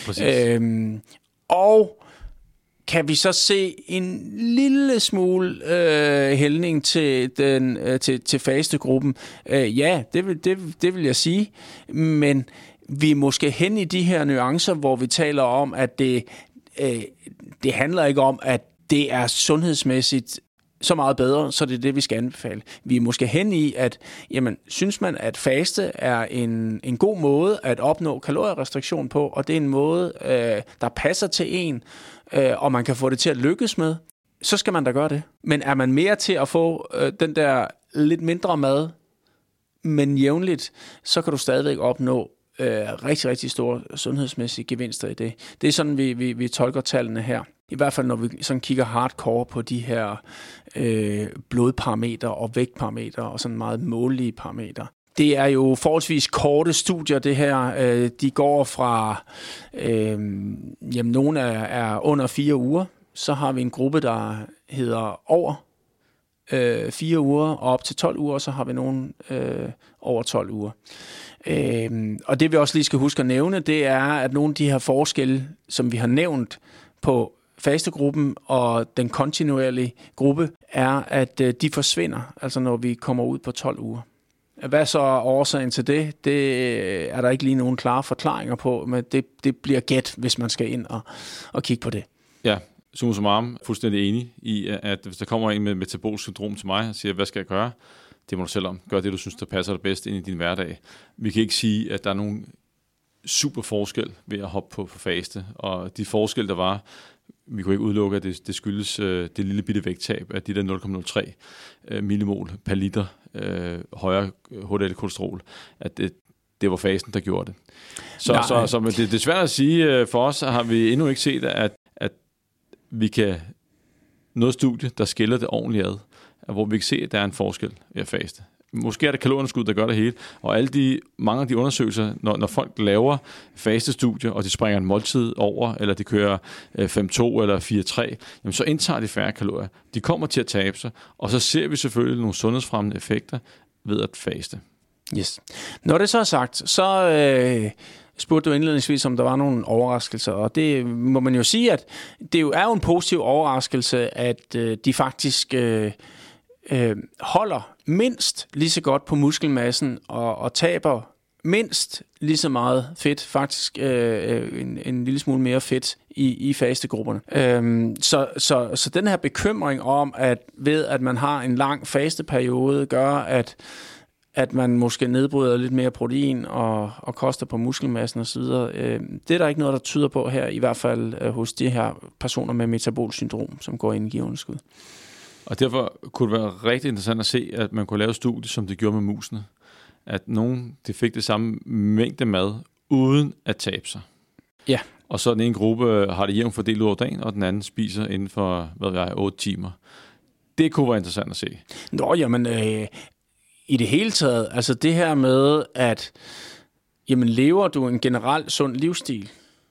[SPEAKER 2] Øhm, og kan vi så se en lille smule øh, hældning til, den, øh, til, til fastegruppen? Øh, ja, det vil, det, det vil jeg sige. Men vi er måske hen i de her nuancer, hvor vi taler om, at det, øh, det handler ikke om, at det er sundhedsmæssigt så meget bedre, så det er det, vi skal anbefale. Vi er måske hen i, at jamen, synes man, at faste er en, en god måde at opnå kalorierestriktion på, og det er en måde, øh, der passer til en, øh, og man kan få det til at lykkes med, så skal man da gøre det. Men er man mere til at få øh, den der lidt mindre mad, men jævnligt, så kan du stadigvæk opnå øh, rigtig, rigtig store sundhedsmæssige gevinster i det. Det er sådan, vi, vi, vi tolker tallene her. I hvert fald, når vi sådan kigger hardcore på de her øh, blodparametre og vægtparametre og sådan meget målige parametre. Det er jo forholdsvis korte studier, det her. Øh, de går fra, øh, jamen nogle er, er under fire uger. Så har vi en gruppe, der hedder over øh, fire uger og op til tolv uger, så har vi nogen øh, over tolv uger. Øh, og det vi også lige skal huske at nævne, det er, at nogle af de her forskelle, som vi har nævnt på fastegruppen og den kontinuerlige gruppe, er, at øh, de forsvinder, altså når vi kommer ud på tolv uger. Hvad så er årsagen til det? Det er der ikke lige nogen klare forklaringer på, men det, det bliver gæt, hvis man skal ind og, og kigge på det.
[SPEAKER 1] Ja, summa summarum, fuldstændig enig i, at hvis der kommer en med metabolisk syndrom til mig og siger, hvad skal jeg gøre? Det må du selv om. Gør det, du synes, der passer dig bedst ind i din hverdag. Vi kan ikke sige, at der er nogen super forskel ved at hoppe på, på faste, og de forskel, der var, vi kunne ikke udelukke, at det, det skyldes øh, det lille bitte vægttab af de der nul komma nul tre øh, millimol per liter øh, højere H D L-kolesterol, at det, det var fasten, der gjorde det. Så, så, så det, det er svært at sige. For os har vi endnu ikke set, at, at vi kan noget studie, der skiller det ordentligt ad, hvor vi kan se, at der er en forskel ved at faste. Måske er det kalorieunderskud, der gør det hele, og alle de, mange af de undersøgelser, når, når folk laver fastestudier, og de springer en måltid over, eller de kører fem to eller fire tre, jamen så indtager de færre kalorier. De kommer til at tabe sig, og så ser vi selvfølgelig nogle sundhedsfremmende effekter ved at faste.
[SPEAKER 2] Yes. Når det så er sagt, så øh, spurgte du indledningsvis, om der var nogle overraskelser, og det må man jo sige, at det jo er jo en positiv overraskelse, at øh, de faktisk øh, øh, holder mindst lige så godt på muskelmassen og, og taber mindst lige så meget fedt, faktisk øh, en, en lille smule mere fedt i, i fastegrupperne. Øhm, så, så, så den her bekymring om, at ved at man har en lang fasteperiode, gør, at at man måske nedbryder lidt mere protein og, og koster på muskelmassen osv. Øh, det er der ikke noget, der tyder på her, i hvert fald øh, hos de her personer med metabolisk syndrom, som går i energiunderskud.
[SPEAKER 1] Og derfor kunne det være rigtig interessant at se, at man kunne lave studier, som det gjorde med musene. At nogen de fik det samme mængde mad, uden at tabe sig.
[SPEAKER 2] Ja.
[SPEAKER 1] Og så den ene gruppe har det jævnt fordelt over dagen, og den anden spiser inden for, hvad ved jeg, otte timer. Det kunne være interessant at se.
[SPEAKER 2] Nå, jamen... Øh I det hele taget, altså det her med, at jamen, lever du en generelt sund livsstil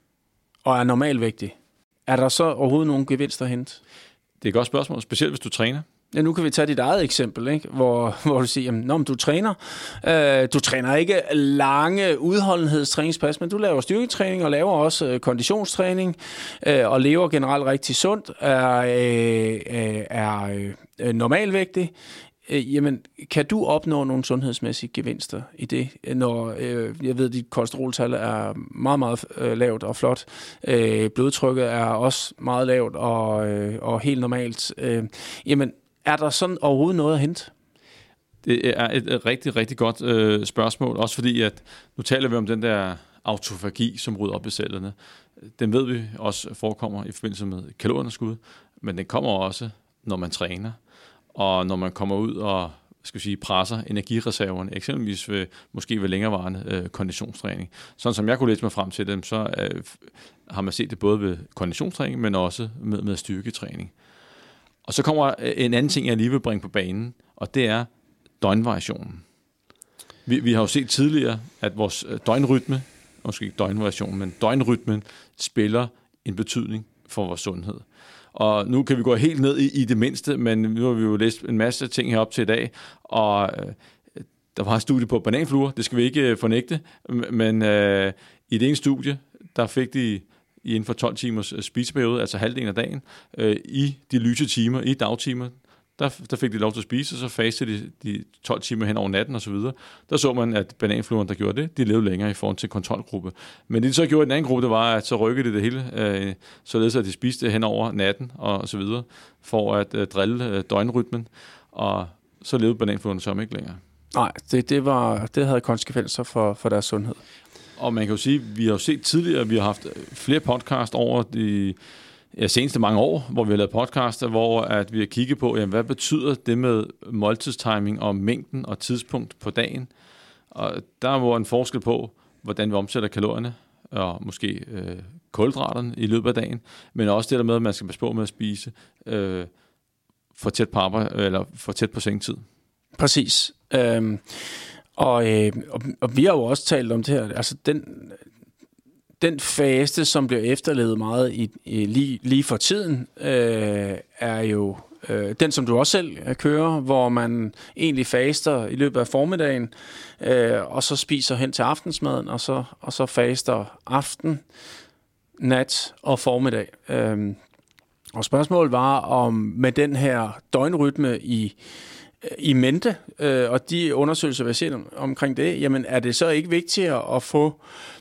[SPEAKER 2] og er normalvægtig, er der så overhovedet nogen gevinst at hente?
[SPEAKER 1] Det er et godt spørgsmål, specielt hvis du træner.
[SPEAKER 2] Ja, nu kan vi tage dit eget eksempel, ikke? Hvor, hvor du siger, jamen, når du træner, øh, du træner ikke lange udholdenhedstræningspas, men du laver styrketræning og laver også øh, konditionstræning øh, og lever generelt rigtig sundt, er, øh, øh, er øh, normalvægtig. Jamen, kan du opnå nogle sundhedsmæssige gevinster i det, når øh, jeg ved, at dit kolesteroltal er meget, meget øh, lavt og flot. Øh, blodtrykket er også meget lavt og, øh, og helt normalt. Øh, jamen, er der sådan overhovedet noget at hente?
[SPEAKER 1] Det er et rigtig, rigtig godt øh, spørgsmål, også fordi, at nu taler vi om den der autofagi, som rydder op i cellerne. Den ved vi også forekommer i forbindelse med kalorieunderskud, men den kommer også, når man træner. Og når man kommer ud og skal sige, presser energireserverne, eksempelvis ved, måske ved længerevarende øh, konditionstræning. Sådan som jeg kunne læse mig frem til dem, så øh, har man set det både ved konditionstræning, men også med, med styrketræning. Og så kommer en anden ting, jeg lige vil bringe på banen, og det er døgnvariationen. Vi, vi har jo set tidligere, at vores døgnrytme, måske ikke døgnvariation, men døgnrytmen spiller en betydning for vores sundhed. Og nu kan vi gå helt ned i, i det mindste, men nu har vi jo læst en masse ting herop til i dag, og øh, der var et studie på bananfluer, det skal vi ikke øh, fornægte, men øh, i det ene studie, der fik de inden for tolv timers spiseperiode, altså halvdelen af dagen, øh, i de lyse timer, i dagtimer, der, der fik de lov til at spise, og så fastede de, de tolv timer hen over natten osv. Der så man, at bananfluerne, der gjorde det, de levede længere i forhold til kontrolgruppe. Men det de så gjorde i den anden gruppe, det var, at så rykkede de det hele, øh, således at de spiste hen over natten og så videre, for at øh, drille øh, døgnrytmen, og så levede bananfluerne så ikke længere.
[SPEAKER 2] Nej, det, det, var, det havde konsekvenser for, for deres sundhed.
[SPEAKER 1] Og man kan jo sige, vi har jo set tidligere, vi har haft flere podcast over de ja, seneste mange år, hvor vi har lavet podcaster, hvor at vi har kigget på, jamen, hvad betyder det med måltidstiming og mængden og tidspunkt på dagen. Og der var en forskel på, hvordan vi omsætter kalorierne og måske øh, kulhydraterne i løbet af dagen, men også det der med, at man skal passe på med at spise øh, for tæt på arbejde, eller for tæt på sengetid.
[SPEAKER 2] Præcis. Øhm, og, øh, og, og vi har jo også talt om det her, altså den... Den faste, som bliver efterlevet meget i, i, lige, lige for tiden, øh, er jo øh, den, som du også selv kører, hvor man egentlig faster i løbet af formiddagen, øh, og så spiser hen til aftensmaden, og så, og så faster aften, nat og formiddag. Øh, og spørgsmålet var, om med den her døgnrytme i i mente, øh, og de undersøgelser, vi har set om, omkring det, jamen er det så ikke vigtigere at få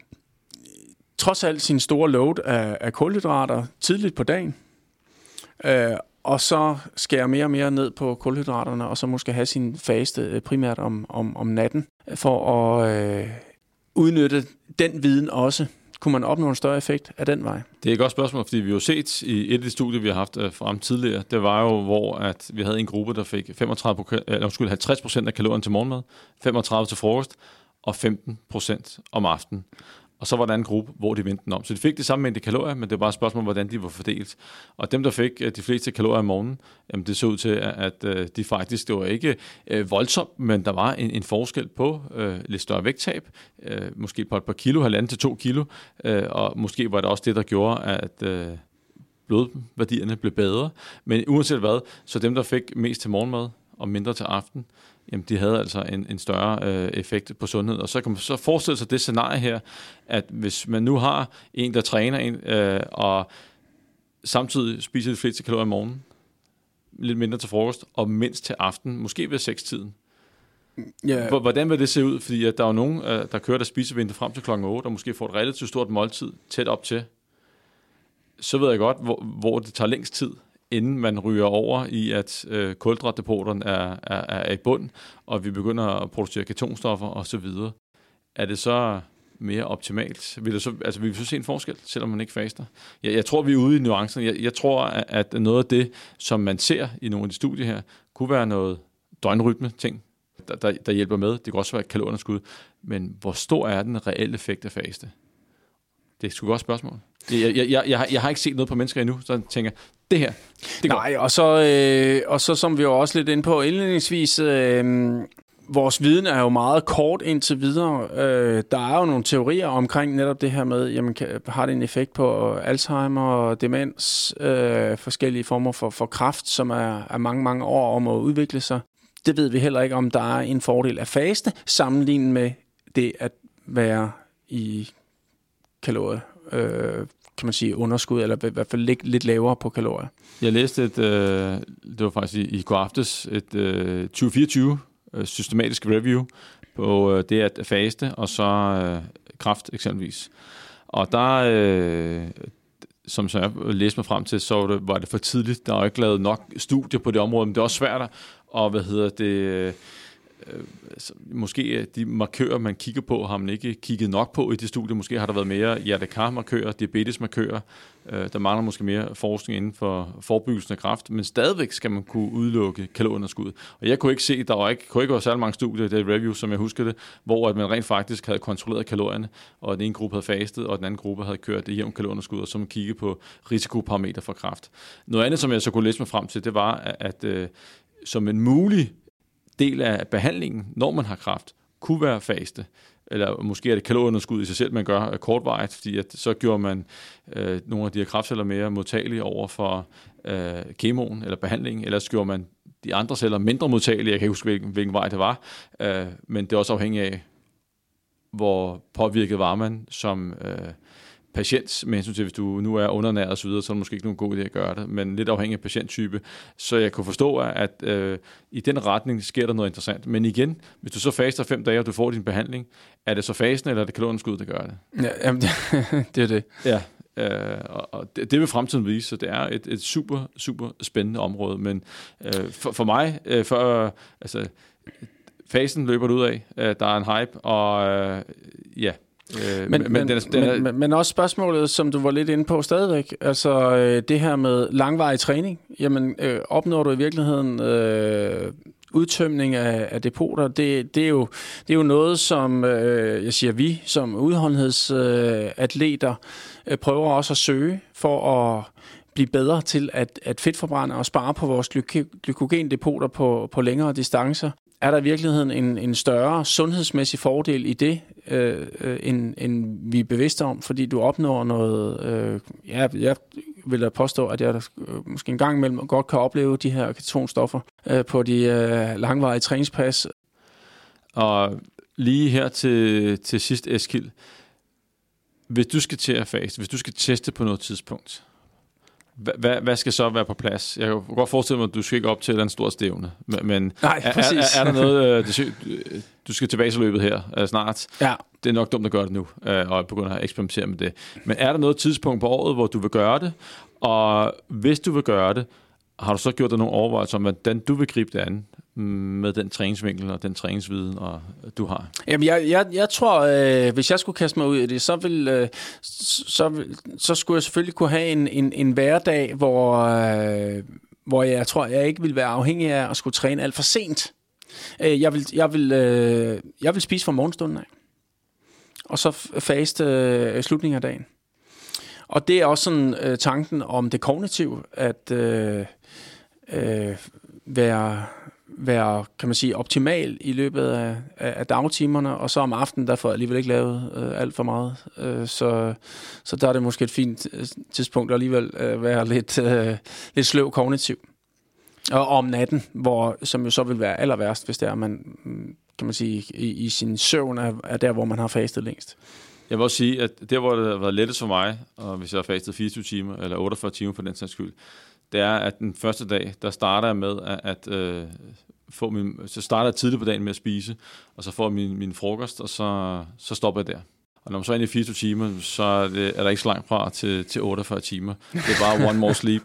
[SPEAKER 2] trods alt sin store load af, af kulhydrater tidligt på dagen, øh, og så skære mere og mere ned på kulhydraterne, og så måske have sin faste primært om, om, om natten, for at, øh, udnytte den viden også? Kunne man opnå en større effekt af den vej?
[SPEAKER 1] Det er et godt spørgsmål, fordi vi jo set i et af de studier, vi har haft frem tidligere, det var jo, hvor at vi havde en gruppe, der fik femogtredive, eller skulle halvtreds procent af kalorien til morgenmad, femogtredive til frokost og femten procent om aftenen. Og så var der en gruppe, hvor de vendte den om. Så de fik det samme mængde kalorier, men det var bare et spørgsmål, hvordan de var fordelt. Og dem, der fik de fleste kalorier om morgenen, jamen det så ud til, at de faktisk, det var ikke voldsomt, men der var en, en forskel på øh, lidt større vægttab, øh, måske på et par kilo, halvanden til to kilo, øh, og måske var det også det, der gjorde, at øh, blodværdierne blev bedre. Men uanset hvad, så dem, der fik mest til morgenmad og mindre til aften, jamen de havde altså en, en større øh, effekt på sundhed. Og så kan man så forestille sig det scenarie her, at hvis man nu har en, der træner en, øh, og samtidig spiser de fleste kalorier om morgenen, lidt mindre til frokost, og mindst til aften, måske ved seks-tiden. Yeah. Hvordan vil det se ud? Fordi at der er jo nogen, øh, der kører der spisevindue frem til klokken otte, og måske får et relativt stort måltid tæt op til. Så ved jeg godt, hvor, hvor det tager længst tid, inden man ryger over i, at øh, kulhydratdepoterne er, er, er i bund, og vi begynder at producere ketonstoffer osv. Er det så mere optimalt? Vil det så, altså, vil vi så se en forskel, selvom man ikke faster? Jeg, jeg tror, vi er ude i nuancerne. Jeg, jeg tror, at noget af det, som man ser i nogle af de studier her, kunne være noget døgnrytme-ting, der, der, der hjælper med. Det kan også være et kalorieunderskud. Men hvor stor er den reelle effekt af faste? Det er sgu et godt spørgsmål. Jeg, jeg, jeg, jeg, har, jeg har ikke set noget på mennesker endnu, så jeg tænker, det her, det går.
[SPEAKER 2] Nej, og så, øh, og så som vi jo også lidt inde på indledningsvis, øh, vores viden er jo meget kort indtil videre. Øh, der er jo nogle teorier omkring netop det her med, jamen, kan, har det en effekt på Alzheimer, demens, øh, forskellige former for, for kræft, som er, er mange, mange år om at udvikle sig. Det ved vi heller ikke, om der er en fordel af faste, sammenlignet med det at være i kalorier. Øh, kan man sige, underskud, eller i hvert fald lidt, lidt lavere på kalorier.
[SPEAKER 1] Jeg læste et, øh, det var faktisk i, i går aftes, et øh, tyve fireogtyve øh, systematisk review på øh, det at faste, og så øh, kræft eksempelvis. Og der, øh, som så jeg læste mig frem til, så var det, var det for tidligt. Der er jo ikke lavet nok studier på det område, men det er også svært at, og hvad hedder det... Øh, måske de markører, man kigger på, har man ikke kigget nok på i det studie. Måske har der været mere hjerte-kar-markører, diabetes-markører. Der mangler måske mere forskning inden for forebyggelsen af kræft, men stadigvæk skal man kunne udelukke kalorieunderskud. Og jeg kunne ikke se, der var ikke, kunne ikke være særlig mange studier i det review, som jeg husker det, hvor at man rent faktisk havde kontrolleret kalorierne, og den ene gruppe havde fastet, og den anden gruppe havde kørt det jævnt kalorieunderskud, og så man kiggede på risikoparameter for kræft. Noget andet, som jeg så kunne læse mig frem til, det var, at, at, at som en mulig del af behandlingen, når man har kræft, kunne være faste. Eller måske er det kalorieunderskud i sig selv, man gør kortvarigt, fordi at så gjorde man øh, nogle af de her kræftceller mere modtagelige over for øh, kemoen eller behandling, ellers gjorde man de andre celler mindre modtagelige. Jeg kan ikke huske, hvilken, hvilken vej det var, øh, men det er også afhængigt af, hvor påvirket var man som øh, patient, med hensyn til, hvis du nu er undernæret og så videre, så er det måske ikke nogen god idé at gøre det, men lidt afhængig af patienttype. Så jeg kunne forstå, at øh, i den retning sker der noget interessant. Men igen, hvis du så faster fem dage, og du får din behandling, er det så fasten, eller er det kalorieunderskud, der gør det?
[SPEAKER 2] Ja, jamen, det, det er det.
[SPEAKER 1] Ja, øh, og det, det vil fremtiden vise, så det er et, et super, super spændende område. Men øh, for, for mig, øh, for, altså, fasten løber det ud af. Øh, der er en hype, og øh, ja,
[SPEAKER 2] Men, men, men, den er, den er, men, men også spørgsmålet, som du var lidt inde på stadigvæk, altså øh, det her med langvarig træning, jamen øh, opnår du i virkeligheden øh, udtømning af, af depoter? Det, det, er jo, det er jo noget, som øh, jeg siger vi som udholdenhedsatleter øh, prøver også at søge for at blive bedre til at, at fedtforbrænde og spare på vores glyk- glykogendepoter på, på længere distancer. Er der i virkeligheden en, en større sundhedsmæssig fordel i det, øh, øh, end, end vi er bevidste om, fordi du opnår noget... Øh, ja, jeg vil da påstå, at jeg øh, måske en gang imellem godt kan opleve de her ketonstoffer øh, på de øh, langvarige træningspas.
[SPEAKER 1] Og lige her til, til sidst, Eskild, hvis du skal til at faste, hvis du skal teste på noget tidspunkt, Hvad, hvad skal så være på plads? Jeg kan godt forestille mig, at du skal ikke op til en stor stævne. Men
[SPEAKER 2] Nej,
[SPEAKER 1] er, er, er der noget, du skal tilbage til løbet her snart?
[SPEAKER 2] Ja.
[SPEAKER 1] Det er nok dumt at gøre det nu, og begynde at eksperimentere med det. Men er der noget tidspunkt på året, hvor du vil gøre det? Og hvis du vil gøre det, har du så gjort dig nogle overvejelser om, hvordan du vil gribe det an med den træningsvinkel og den træningsviden, og du har?
[SPEAKER 2] Jamen, jeg, jeg, jeg tror, øh, hvis jeg skulle kaste mig ud i det, så, vil, øh, så, vil, så skulle jeg selvfølgelig kunne have en, en, en hverdag, hvor, øh, hvor jeg tror, jeg ikke vil være afhængig af at skulle træne alt for sent. Øh, jeg, vil, jeg, vil, øh, jeg vil spise fra morgenstunden af, og så faste øh, slutningen af dagen. Og det er også sådan øh, tanken om det kognitive, at øh, øh, være, være, kan man sige, optimal i løbet af, af, af dagtimerne, og så om aftenen, der får jeg alligevel ikke lavet øh, alt for meget. Øh, så, så der er det måske et fint øh, tidspunkt at alligevel øh, være lidt, øh, lidt sløv kognitiv. Og om natten, hvor, som jo så vil være aller værst, hvis det er, man, kan man sige, i, i sin søvn er, er der, hvor man har fastet længst.
[SPEAKER 1] Jeg vil også sige, at der, hvor det har været lettest for mig, og hvis jeg har fastet fireogtyve timer, eller otteogfyrre timer for den sags skyld, det er, at den første dag, der starter jeg med at, at øh, få min, så starter jeg tidligt på dagen med at spise, og så får jeg min, min frokost, og så, så stopper jeg der. Og når man så er inde i fireogtyve timer, så er, det, er der ikke så langt fra til, til otteogfyrre timer. Det er bare one more sleep.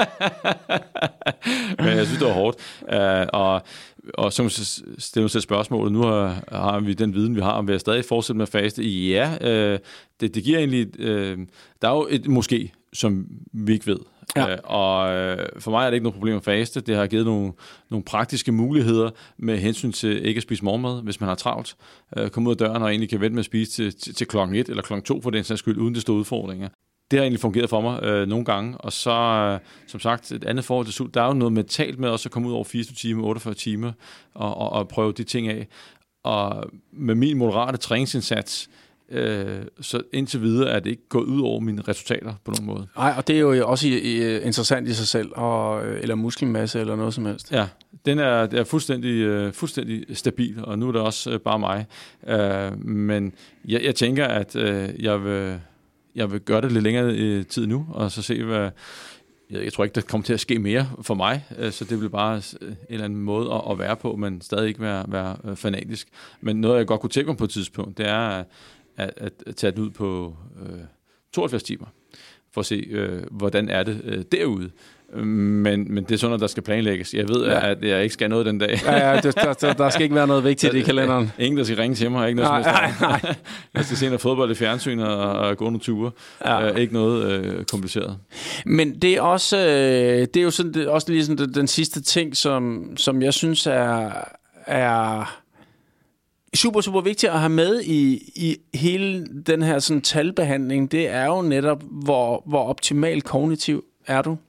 [SPEAKER 1] Men jeg synes, det var hårdt. Uh, og, og så stiller man selv spørgsmålet, nu har, har vi den viden, vi har, om vi er stadig fortsætte med at faste. Ja, uh, det, det giver egentlig... Uh, der er jo et måske, som vi ikke ved. Ja. Uh, og uh, for mig er det ikke noget problem at faste. Det har givet nogle, nogle praktiske muligheder med hensyn til ikke at spise morgenmad, hvis man har travlt. Uh, komme ud af døren og egentlig kan vente med at spise til, til, til klokken et eller klokken to for den sags skyld, uden det store udfordringer. Det har egentlig fungeret for mig øh, nogle gange, og så, øh, som sagt, et andet forhold til sult. Der er jo noget mentalt med også at komme ud over fireogtyve timer, otteogfyrre timer, og, og, og prøve de ting af. Og med min moderate træningsindsats, øh, så indtil videre er det ikke gået ud over mine resultater på nogen måde.
[SPEAKER 2] Nej, og det er jo også i, i, interessant i sig selv, og, eller muskelmasse eller noget som helst.
[SPEAKER 1] Ja, den er, det er fuldstændig, øh, fuldstændig stabil, og nu er det også øh, bare mig. Øh, men jeg, jeg tænker, at øh, jeg vil... Jeg vil gøre det lidt længere i tid nu, og så se, hvad... Jeg tror ikke, der kommer til at ske mere for mig, så det bliver bare en eller anden måde at være på, men stadig ikke være, være fanatisk. Men noget, jeg godt kunne tænke mig på et tidspunkt, det er at, at, at tage den ud på øh, tooghalvfjerds timer, for at se, øh, hvordan er det øh, derude. Men, men det er sådan noget, der skal planlægges. Jeg ved, ja. at jeg ikke skal noget den dag.
[SPEAKER 2] Ja, ja, der, der, der skal ikke være noget vigtigt i kalenderen.
[SPEAKER 1] Ingen, der skal ringe til mig. Ikke noget nej, nej, nej. Jeg skal se noget fodbold i fjernsyn og, og gå nogle ture. Ja. Uh, ikke noget øh, kompliceret.
[SPEAKER 2] Men det er også, øh, det er jo sådan, det er også lige sådan den, den sidste ting, som, som jeg synes er, er super, super vigtigt at have med i, i hele den her sådan talbehandling. Det er jo netop, hvor, hvor optimal kognitiv er du.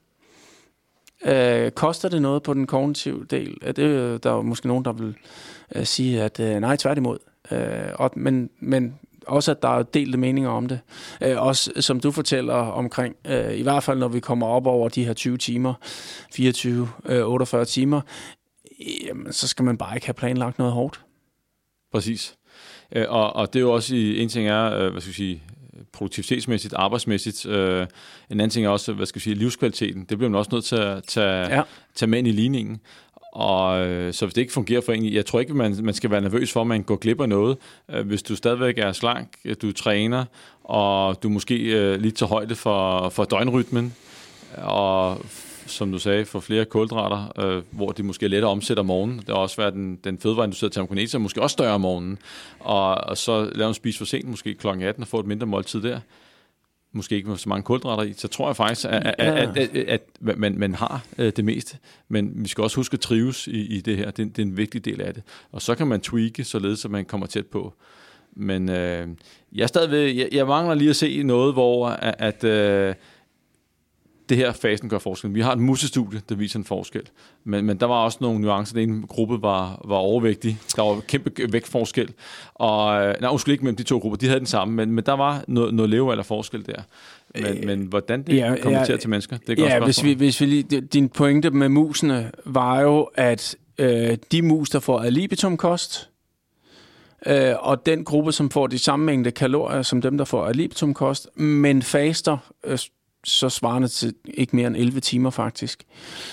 [SPEAKER 2] Øh, koster det noget på den kognitive del? Er det, der er måske nogen, der vil øh, sige, at øh, nej, tværtimod. Øh, og, men, men også, at der er delte meninger om det. Øh, også, som du fortæller omkring, øh, i hvert fald når vi kommer op over de her tyve timer, fireogtyve, øh, otteogfyrre timer, jamen, så skal man bare ikke have planlagt noget hårdt.
[SPEAKER 1] Præcis. Øh, og, og det er jo også, en ting er, øh, hvad skal jeg sige, produktivitetsmæssigt, arbejdsmæssigt. Øh, en anden ting er også, hvad skal jeg sige, livskvaliteten. Det bliver man også nødt til at tage, ja. tage med ind i ligningen. Og øh, så hvis det ikke fungerer for en, jeg tror ikke, man, man skal være nervøs for, at man går glip af noget. Øh, hvis du stadigvæk er slank, du træner, og du måske øh, lige tager højde for, for døgnrytmen, og som du sagde, for flere kulhydrater, øh, hvor de måske er lettere omsætter om morgenen. Det har også været den, den fødevareinducerede termokinese, måske også større om morgenen. Og, og så lave en spise for sent, måske klokken atten, og få et mindre måltid der. Måske ikke med så mange kulhydrater i. Så tror jeg faktisk, at, at, at, at, at, at man, man har øh, det meste. Men vi skal også huske at trives i, i det her. Det, det er en vigtig del af det. Og så kan man tweake, således at man kommer tæt på. Men øh, jeg, stadigvæk, jeg, jeg mangler lige at se noget, hvor at, at øh, det her fasen gør forskel. Vi har et musestudie, der viser en forskel. Men, men der var også nogle nuancer. Den ene gruppe var, var overvægtig. Der var kæmpe vægtforskel. Og, nej, undskyld ikke mellem de to grupper. De havde den samme, men, men der var noget, noget levealder forskel der. Men, øh, men hvordan det ja, kommenterer ja, til mennesker, det er
[SPEAKER 2] ja,
[SPEAKER 1] godt
[SPEAKER 2] hvis vi, hvis vi lige, din pointe med musene var jo, at øh, de mus, der får ad libitum-kost, øh, og den gruppe, som får de samme mængde kalorier, som dem, der får ad libitum-kost, men faster øh, så svarende til ikke mere end elleve timer faktisk.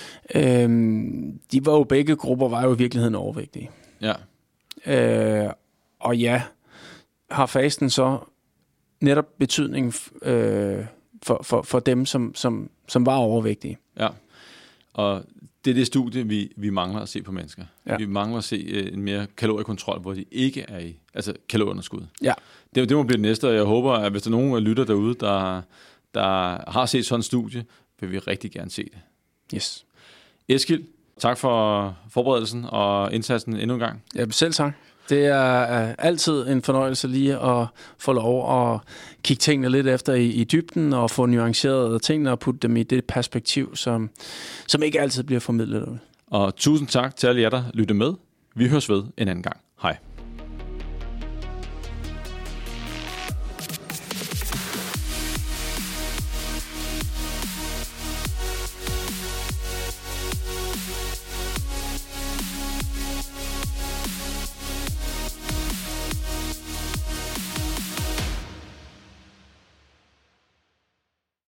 [SPEAKER 2] Øhm, de var jo begge grupper, var jo i virkeligheden overvægtige.
[SPEAKER 1] Ja.
[SPEAKER 2] Øh, og ja, har fasten så netop betydning øh, for, for, for dem, som, som, som var overvægtige.
[SPEAKER 1] Ja. Og det er det studie, vi, vi mangler at se på mennesker.
[SPEAKER 2] Ja.
[SPEAKER 1] Vi mangler at se øh, en mere kaloriekontrol, hvor de ikke er i, altså kalorieunderskud.
[SPEAKER 2] Ja.
[SPEAKER 1] Det, det må blive det næste, og jeg håber, at hvis der er nogen lytter derude, der, der har set sådan en studie, vil vi rigtig gerne se det.
[SPEAKER 2] Yes.
[SPEAKER 1] Eskild, tak for forberedelsen og indsatsen endnu en gang.
[SPEAKER 2] Ja, selv tak. Det er altid en fornøjelse lige at få lov at kigge tingene lidt efter i, i dybden og få nuanceret tingene og putte dem i det perspektiv, som, som ikke altid bliver formidlet derude.
[SPEAKER 1] Og tusind tak til alle jer, der lytter med. Vi høres ved en anden gang.